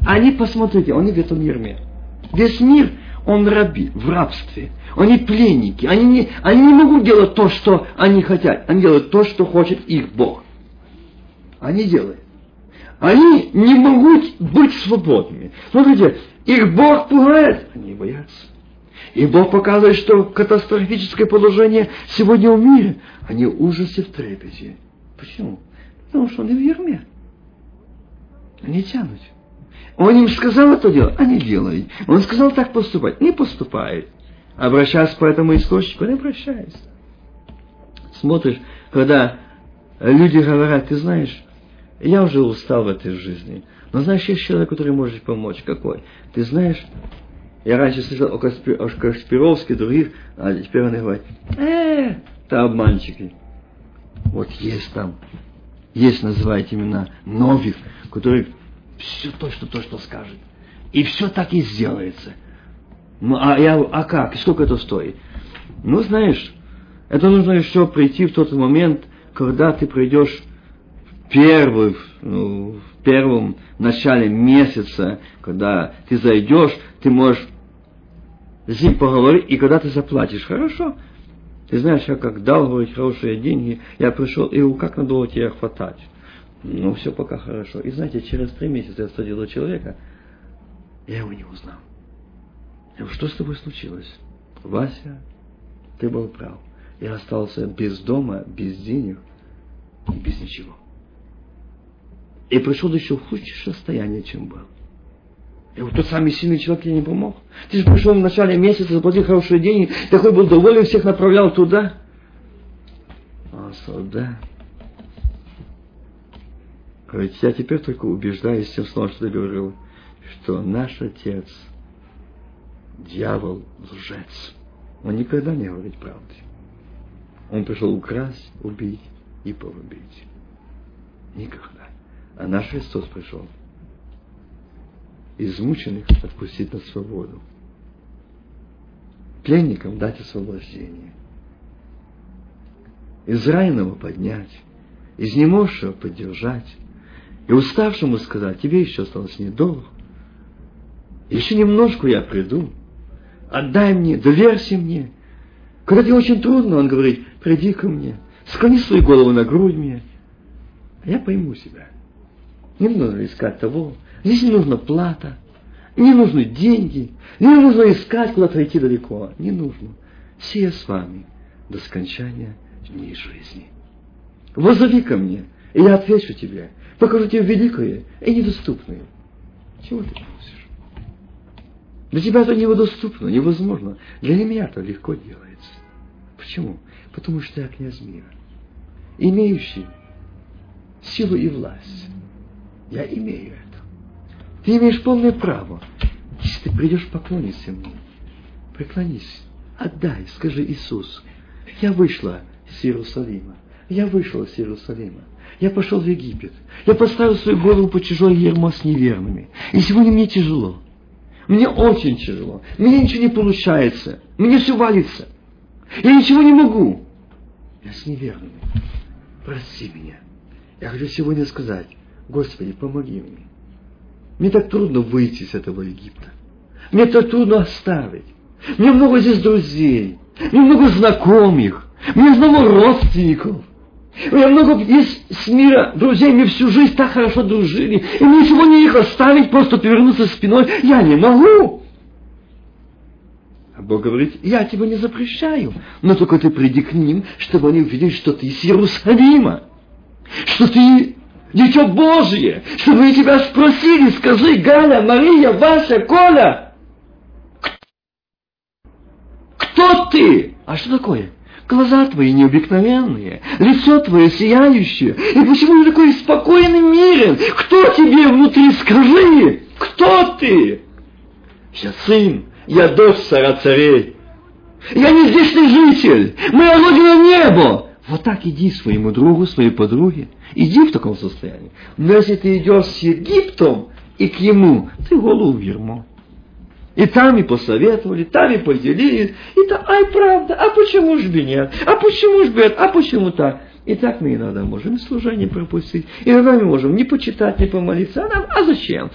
[SPEAKER 2] Они, посмотрите, они в этом мире. Весь мир, он в рабстве. Они пленники. Они не могут делать то, что они хотят. Они делают то, что хочет их Бог. Они делают. Они не могут быть свободными. Смотрите, их Бог пугает, они боятся. И Бог показывает, что катастрофическое положение сегодня в мире. Они в ужасе, в трепете. Почему? Потому что они в ярме. Они тянут. Он им сказал это делать, они делают. Он сказал так поступать, не поступает. Обращаясь по этому источнику, не обращается. Смотришь, когда люди говорят, ты знаешь, я уже устал в этой жизни. Но знаешь, есть человек, который может помочь. Какой? Ты знаешь, я раньше слышал о Кашпировске, других, а теперь они говорят, это обманщики. Вот есть там, называют именно Новик, который все то, что скажет. И все так и сделается. Ну, а как? Сколько это стоит? Ну, знаешь, это нужно еще прийти в тот момент, когда ты придешь в первом начале месяца, когда ты зайдешь, ты можешь с ним поговорить, и когда ты заплатишь, хорошо. Ты знаешь, я как дал, говорить, хорошие деньги, я пришел, и как надолго тебе хватать? Ну, все пока хорошо. И знаете, через 3 месяца я встретил до человека, я его не узнал. Я говорю, что с тобой случилось? Вася, ты был прав. Я остался без дома, без денег и без ничего. И пришел еще в худшее состояние, чем был. Я говорю, тот самый сильный человек тебе не помог. Ты же пришел в начале месяца, заплатил хорошие деньги, такой был доволен, всех направлял туда. Он сказал, да. Говорит, я теперь только убеждаюсь тем словом, что ты говорил, что наш отец, дьявол, лжец. Он никогда не говорит правды. Он пришел украсть, убить и погубить. Никогда. А наш Христос пришел измученных отпустить на свободу, пленникам дать освобождение, израненного поднять, изнемогшего поддержать, и уставшему сказать, тебе еще осталось недолго, еще немножко я приду, отдай мне, доверься мне. Когда тебе очень трудно, он говорит, приди ко мне, склони свою голову на грудь мне, а я пойму себя. Не нужно искать того, здесь не нужна плата, не нужны деньги, не нужно искать куда-то идти далеко, не нужно. Все с вами до скончания дней жизни. Воззови ко мне, и я отвечу тебе, покажу тебе великое и недоступное. Чего ты просишь? Для тебя это недоступно, невозможно. Для меня это легко делается. Почему? Потому что я князь мира, имеющий силу и власть. Я имею это. Ты имеешь полное право. Если ты придешь, поклониться мне. Преклонись. Отдай. Скажи, Иисус, я вышла с Иерусалима. Я вышел из Иерусалима. Я пошел в Египет. Я поставил свою голову под чужое ярмо с неверными. И сегодня мне тяжело. Мне очень тяжело. Мне ничего не получается. Мне все валится. Я ничего не могу. Я с неверными. Прости меня. Я хочу сегодня сказать, Господи, помоги мне. Мне так трудно выйти из этого Египта. Мне так трудно оставить. Мне много здесь друзей. Мне много знакомых. Мне много родственников. У меня много есть с мира друзей. Мы всю жизнь так хорошо дружили. И мне сегодня их оставить, просто повернуться спиной. Я не могу. А Бог говорит, я тебе не запрещаю. Но только ты приди к ним, чтобы они увидели, что ты из Иерусалима. Что ты Дитё Божие, чтобы они тебя спросили, скажи, Галя, Мария, Вася, Коля, кто ты? А что такое? Глаза твои необыкновенные, лицо твое сияющее. И почему ты такой спокойный, мирен? Кто тебе внутри? Скажи, кто ты? Я сын, я дочь царя царей. Я не здешний житель, моя родина небо. Вот так иди своему другу, своей подруге. Иди в таком состоянии. Но если ты идешь с Египтом и к нему, ты голову в ярмо. И там и посоветовали, там и поделили. И там, ай, правда, а почему ж бы нет? А почему ж бы это? А почему так? И так мы иногда можем служение пропустить. Иногда мы можем не почитать, не помолиться. А зачем?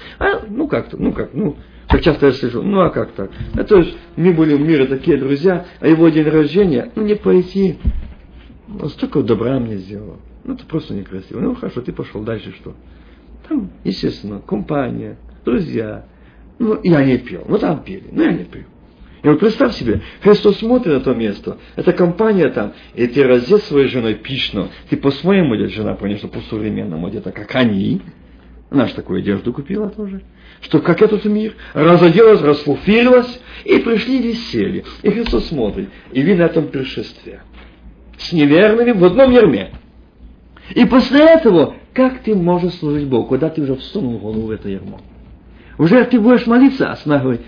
[SPEAKER 2] Как часто я слышу, а как так? То есть мы были в мире такие друзья, а его день рождения, не пойти. Он столько добра мне сделал. Это просто некрасиво. Хорошо, ты пошел, дальше что? Там, естественно, компания, друзья. Я не пел. Там пели, я не пел. И вот представь себе, Христос смотрит на то место, эта компания там, и ты раздет своей женой пишно, ты по-своему одет, жена, конечно, по-современному одета, как они. Она же такую одежду купила тоже. Что как этот мир, разоделась, расфуфирилась, и пришли веселье. И Христос смотрит, и видно этом пришествие. С неверными в одном ярме. И после этого, как ты можешь служить Богу, когда ты уже всунул голову в это ярмо? Уже ты будешь молиться, а сна говорит,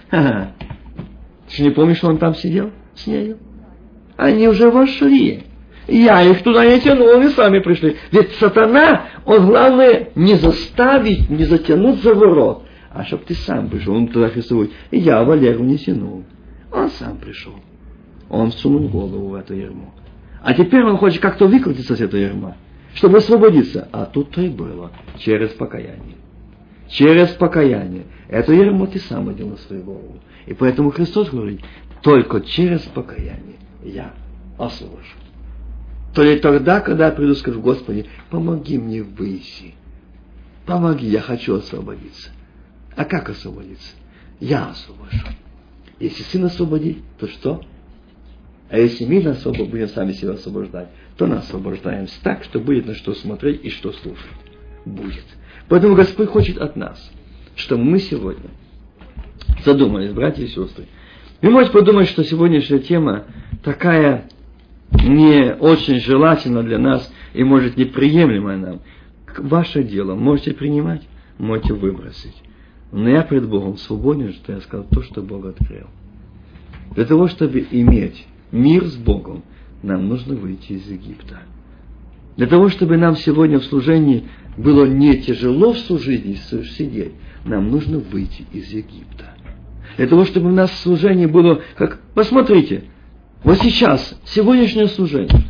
[SPEAKER 2] ты же не помнишь, что он там сидел с нею? Они уже вошли. Я их туда не тянул, они сами пришли. Ведь сатана, он главное не заставить, не затянуть за ворот, а чтобы ты сам пришел. Он туда Христос говорит, я Валеру не тянул. Он сам пришел. Он всунул голову в это ярмо. А теперь он хочет как-то выкрутиться с этого ярма, чтобы освободиться. А тут-то и было. Через покаяние. Через покаяние. Это ярмо ты сам одел на свою голову. И поэтому Христос говорит, только через покаяние я освобожу. То ли тогда, когда я приду, скажу, Господи, помоги мне выйти. Помоги, я хочу освободиться. А как освободиться? Я освобожу. Если Сын освободит, то что? А если мы будем сами себя освобождать, то нас освобождаемся так, что будет на что смотреть и что слушать. Будет. Поэтому Господь хочет от нас, чтобы мы сегодня задумались, братья и сестры. Вы можете подумать, что сегодняшняя тема такая не очень желательна для нас и, может, неприемлемая нам. Ваше дело. Можете принимать, можете выбросить. Но я пред Богом свободен, что я сказал то, что Бог открыл. Для того, чтобы иметь мир с Богом, нам нужно выйти из Египта. Для того, чтобы нам сегодня в служении было не тяжело в служении сидеть, нам нужно выйти из Египта. Для того, чтобы у нас служение было как... Посмотрите, вот сейчас, сегодняшнее служение.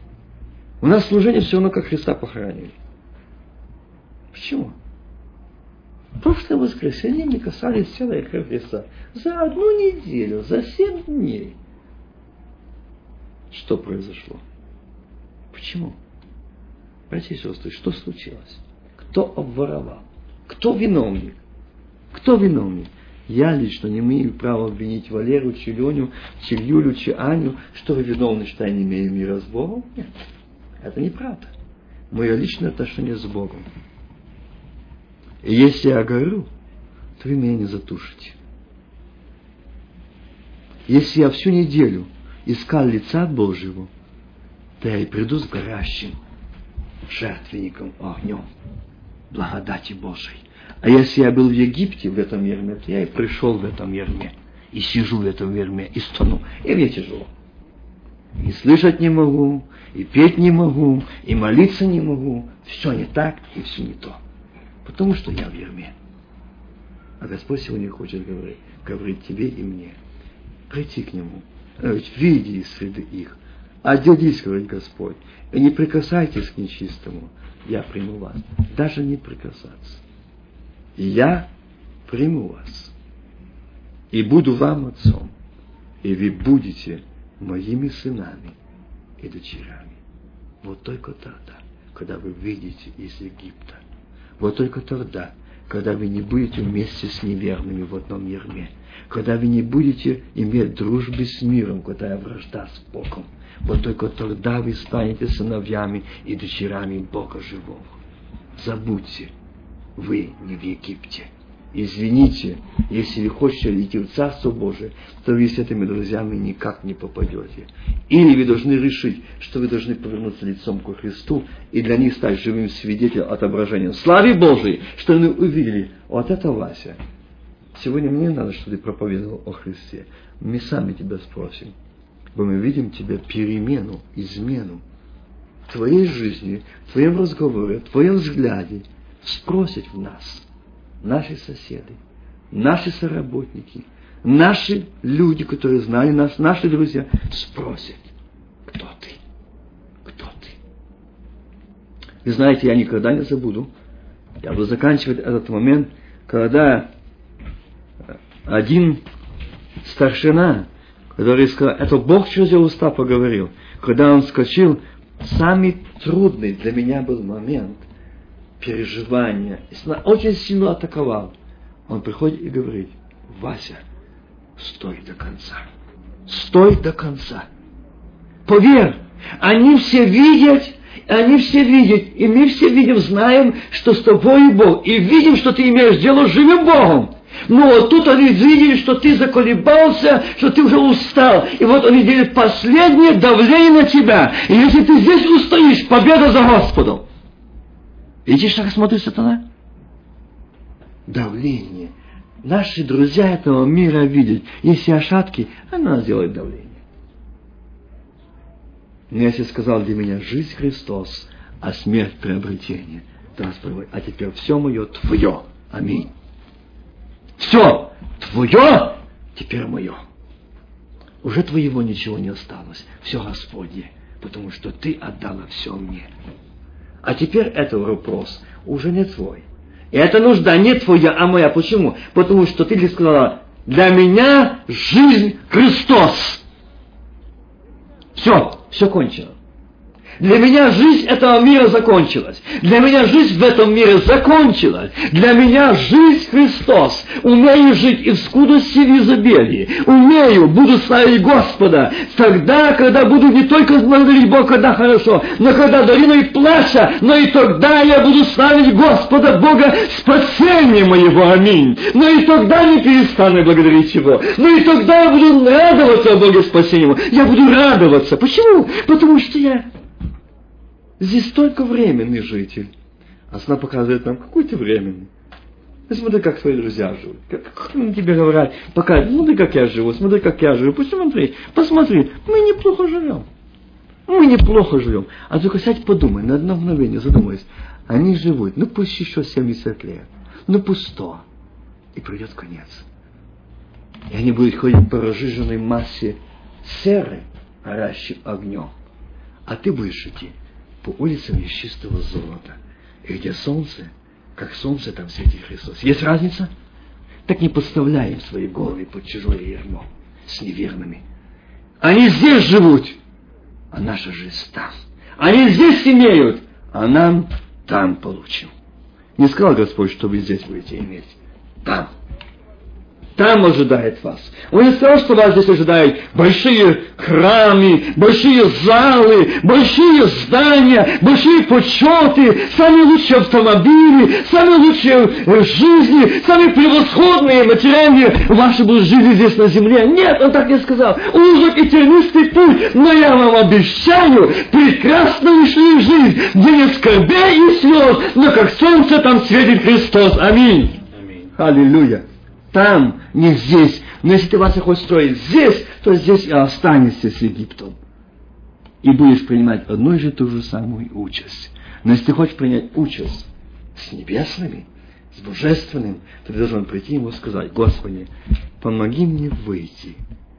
[SPEAKER 2] У нас служение все равно как Христа похоронили. Почему? В прошлое воскресенье мы касались тела и крови Христа. За 1 неделю, за 7 дней. Что произошло? Почему? Братья и сестры, что случилось? Кто обворовал? Кто виновник? Кто виновник? Я лично не имею права обвинить Валеру, чи Леню, чи Юлю, чи Аню, что вы виновны, что я не имею мира с Богом. Нет, это неправда. Мое личное отношение с Богом. И если я горю, то вы меня не затушите. Если я всю неделю искал лица Божьего, то я и приду с горящим жертвенником, огнем благодати Божией. А если я был в Египте, в этом ярме, то я и пришел в этом ярме. И сижу в этом ярме, и стону. И мне тяжело. И слышать не могу, и петь не могу, и молиться не могу. Все не так, и все не то. Потому что я в ярме. А Господь сегодня хочет говорить тебе и мне. Прийти к Нему. Говорить, выйди из среды их. Отделись, говорит Господь. И не прикасайтесь к нечистому. Я приму вас. Даже не прикасаться. Я приму вас. И буду вам отцом. И вы будете моими сынами и дочерями. Вот только тогда, когда вы выйдете из Египта. Вот только тогда, когда вы не будете вместе с неверными в одном ярме. Когда вы не будете иметь дружбы с миром, когда вражда с Богом. Вот только тогда вы станете сыновьями и дочерями Бога живого. Забудьте, вы не в Египте. Извините, если вы хотите идти в Царство Божие, то вы с этими друзьями никак не попадете. Или вы должны решить, что вы должны повернуться лицом к Христу и для них стать живым свидетелем, отображением славы Божией, что они увидели. Вот это Вася. Сегодня мне надо, чтобы ты проповедовал о Христе. Мы сами тебя спросим. Бо мы видим тебя перемену, измену в твоей жизни, в твоем разговоре, в твоем взгляде. Спросят в нас наши соседи, наши соработники, наши люди, которые знали нас, наши друзья, спросят, кто ты? Кто ты? И знаете, я никогда не забуду. Я буду заканчивать этот момент, когда один старшина, который сказал, это Бог через его уста поговорил, когда он вскочил, самый трудный для меня был момент переживания. Очень сильно атаковал. Он приходит и говорит: Вася, стой до конца. Стой до конца. Поверь, они все видят, и мы все видим, знаем, что с тобой Бог, и видим, что ты имеешь дело с живым Богом. Но вот тут они видели, что ты заколебался, что ты уже устал. И вот они делают последнее давление на тебя. И если ты здесь устоишь, победа за Господом. Видишь, как смотрит сатана? Давление. Наши друзья этого мира видят. Если ошибки, она сделает давление. Но если сказал для меня жизнь Христос, а смерть приобретение, а теперь все мое твое. Аминь. Все твое, теперь мое. Уже твоего ничего не осталось. Все Господне, потому что ты отдала все мне. А теперь этот вопрос уже не твой. И эта нужда не твоя, а моя. Почему? Потому что ты лишь сказала: для меня жизнь Христос. Все кончено. Для меня жизнь этого мира закончилась. Для меня жизнь в этом мире закончилась. Для меня жизнь Христос. Умею жить и в скудости, и в изобилии. Умею, буду славить Господа. Тогда, когда буду не только благодарить Бога, когда хорошо, но когда долиной плача, но и тогда я буду славить Господа, Бога, спасения моего. Аминь. Но и тогда не перестану благодарить Его. Но и тогда я буду радоваться о Боге спасения Его. Я буду радоваться. Почему? Потому что я здесь только временный житель. А сна показывает нам, какой ты временный. Смотри, как твои друзья живут. Как они тебе говорят, показывают: смотри, как я живу, смотри, как я живу. Посмотри, мы неплохо живем. Мы неплохо живем. А только сядь, подумай, на одно мгновение задумайся. Они живут, пусть еще 70 лет, пусть 100. И придет конец. И они будут ходить по разжиженной массе серы, горящим огнем. А ты будешь идти по улицам из чистого золота. И где солнце, как солнце, там светит Христос. Есть разница? Так не подставляем свои головы под чужое ярмо с неверными. Они здесь живут, а наша жизнь там. Они здесь имеют, а нам там получим. Не сказал Господь, что вы здесь будете иметь. Там. Там ожидает вас. Он не сказал, что вас здесь ожидают большие храмы, большие залы, большие здания, большие почеты, самые лучшие автомобили, самые лучшие жизни, самые превосходные материальные ваши будут жизни здесь на земле. Нет, он так не сказал. Узок и тернистый путь, но я вам обещаю прекрасную жизнь, где нет скорбей и слез, но как солнце там светит Христос. Аминь. Аллилуйя. Там, не здесь. Но если ты, Вася, хочешь строить здесь, то здесь и останешься с Египтом. И будешь принимать одну и ту же самую участь. Но если ты хочешь принять участь с небесными, с божественным, то ты должен прийти ему и сказать: Господи, помоги мне выйти.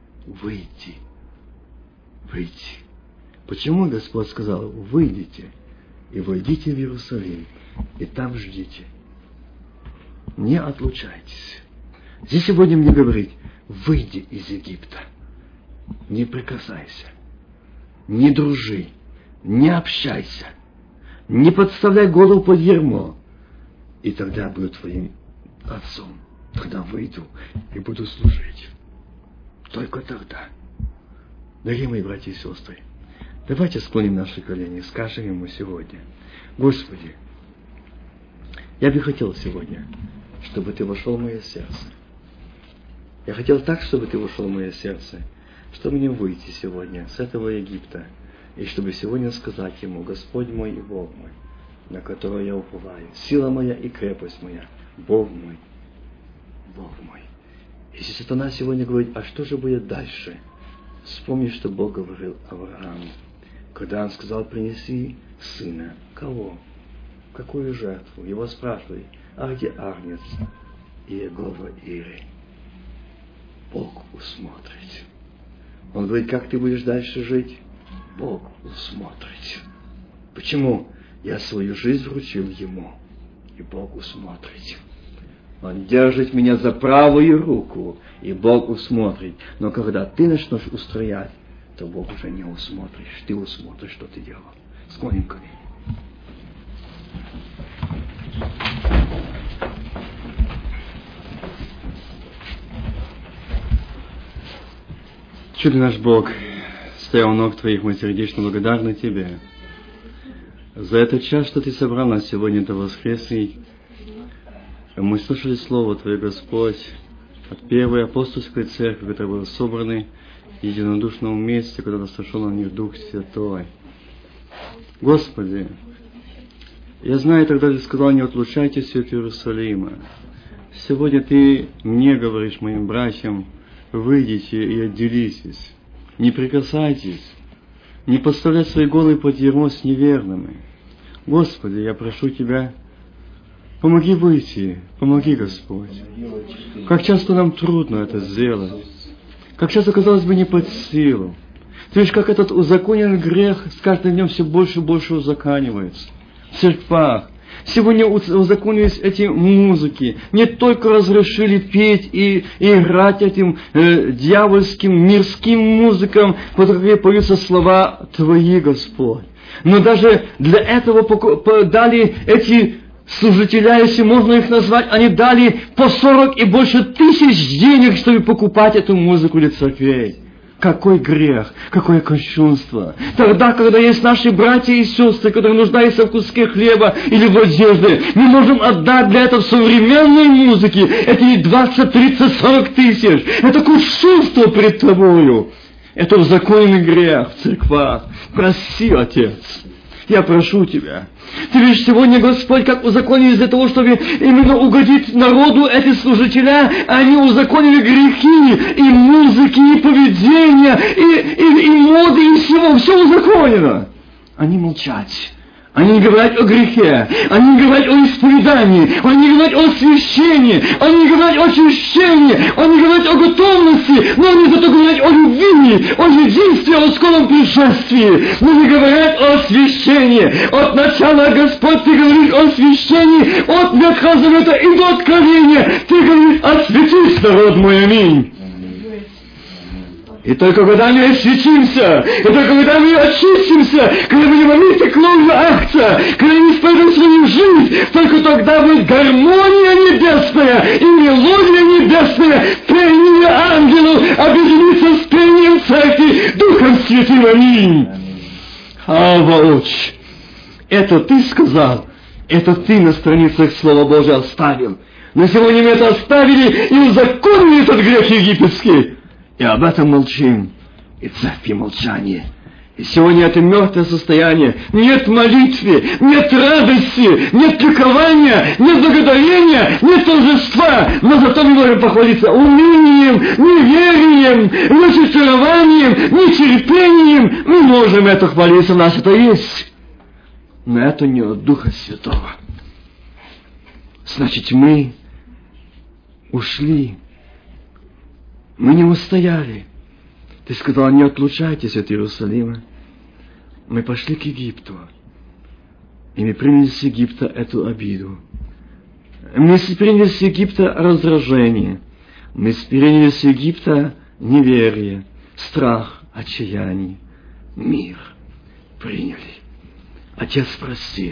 [SPEAKER 2] Почему Господь сказал: выйдите и войдите в Иерусалим, и там ждите. Не отлучайтесь. Здесь сегодня мне говорит: выйди из Египта. Не прикасайся. Не дружи. Не общайся. Не подставляй голову под ярмо. И тогда буду твоим отцом. Тогда выйду и буду служить. Только тогда. Дорогие мои братья и сестры, давайте склоним наши колени, скажем ему сегодня: Господи, я бы хотел сегодня, чтобы ты вошел в мое сердце. Я хотел так, чтобы ты вошел в мое сердце, чтобы мне выйти сегодня с этого Египта, и чтобы сегодня сказать ему: Господь мой и Бог мой, на которого я уповаю, сила моя и крепость моя, Бог мой, Бог мой. Если сатана сегодня говорит: а что же будет дальше? Вспомни, что Бог говорил Аврааму, когда он сказал: принеси сына. Кого? Какую жертву? Его спрашивали: а где агнец Иегова Иры? Бог усмотрит. Он говорит: как ты будешь дальше жить? Бог усмотрит. Почему? Я свою жизнь вручил Ему, и Бог усмотрит. Он держит меня за правую руку, и Бог усмотрит. Но когда ты начнешь устроять, то Бог уже не усмотришь. Ты усмотришь, что ты делал. Склоним колени.
[SPEAKER 1] Чудный наш Бог, стоя у ног Твоих, мы сердечно благодарны Тебе за этот час, что Ты собрал нас сегодня до воскресный. Мы слышали Слово Твое, Господь, от первой апостольской церкви, которая была собрана в единодушном месте, когда сошел на них Дух Святой. Господи, я знаю, тогда Ты сказал, не отлучайтесь от Иерусалима. Сегодня Ты мне говоришь, моим братьям, выйдите и отделитесь, не прикасайтесь, не подставляй свои головы под ярмо с неверными. Господи, я прошу Тебя, помоги выйти, помоги, Господь. Как часто нам трудно это сделать, как часто, казалось бы, не под силу. Ты видишь, как этот узаконенный грех с каждым днем все больше и больше узаканивается в церквах. Сегодня узаконились эти музыки, не только разрешили петь и играть этим дьявольским, мирским музыкам, под которые поются слова Твои, Господь. Но даже для этого дали эти служителя, если можно их назвать, они дали по 40 и больше тысяч денег, чтобы покупать эту музыку для церквей. Какой грех, какое кощунство. Тогда, когда есть наши братья и сестры, которые нуждаются в куске хлеба или в одежде, мы можем отдать для этого современной музыки эти 20, 30, 40 тысяч. Это кощунство пред Тобою. Это узаконенный грех в церквах. Прости, Отец. Я прошу Тебя. Ты видишь, сегодня, Господь, как узаконились для того, чтобы именно угодить народу эти служителя, они узаконили грехи, и музыки, и поведения, и моды, и всего. Все узаконено. Они молчать. Они не говорят о грехе, они не говорят о исповедании, они не говорят о священии, они не говорят о очищении, они не говорят о готовности, но они зато говорят о любви, о единстве, о скором пришествии. Но не говорят о священии. От начала, Господь, Ты говоришь о священии, от Ветхого Завета и до Откровения. Ты говоришь, осветись, народ мой, аминь. И только когда мы осветимся, и только когда мы очистимся, когда мы не молимся кровью акция, когда мы исповедуем свою жизнь, только тогда будет гармония небесная и мелодия небесная, пение ангелов объединится с пением церкви Духом Святым. Аминь. Ава, Отче, это Ты сказал, это Ты на страницах Слова Божия оставил. Но сегодня мы это оставили и узаконили этот грех египетский. И об этом молчим. И церкви молчание. И сегодня это мертвое состояние. Нет молитвы, нет радости, нет ликования, нет благодарения, нет торжества. Но зато мы можем похвалиться умением, неверием, разочарованием, нетерпением. Мы можем это хвалиться, у нас это есть. Но это не от Духа Святого. Значит, мы ушли. Мы не устояли. Ты сказал, не отлучайтесь от Иерусалима. Мы пошли к Египту. И мы приняли с Египта эту обиду. Мы приняли с Египта раздражение. Мы приняли с Египта неверие, страх, отчаяние. Мир приняли. Отец, прости.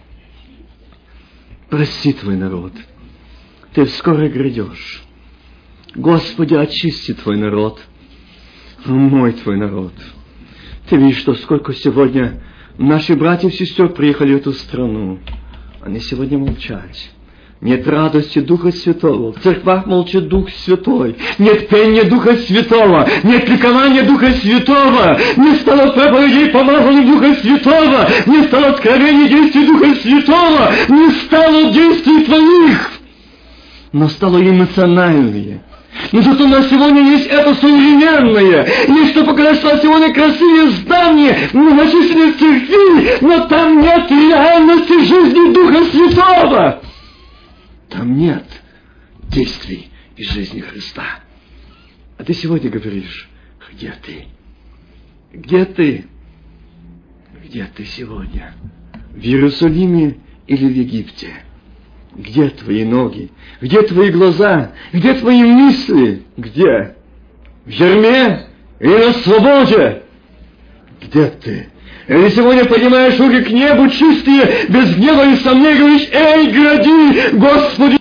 [SPEAKER 1] Прости Твой народ. Ты вскоре грядешь. Господи, очисти Твой народ, мой Твой народ. Ты видишь, что сколько сегодня наши братья и сестры приехали в эту страну. Они сегодня молчат. Нет радости Духа Святого. В церквах молчит Дух Святой. Нет пения Духа Святого. Нет ликования Духа Святого. Не стало проповедей помазания Духа Святого. Не стало откровений действий Духа Святого. Не стало действий Твоих. Но стало эмоциональные. Но зато у нас сегодня есть это современное. Есть что показать, что сегодня красивые здания, многочисленные церкви, но там нет реальности жизни Духа Святого. Там нет действий из жизни Христа. А ты сегодня говоришь, где ты? Где ты? Где ты сегодня?
[SPEAKER 2] В Иерусалиме или в Египте? Где твои ноги? Где твои глаза? Где твои мысли? Где? В тюрьме или на свободе? Где ты? Или сегодня поднимаешь руки к небу чистые, без гнева и сомнений, говоришь: эй, гради, Господи!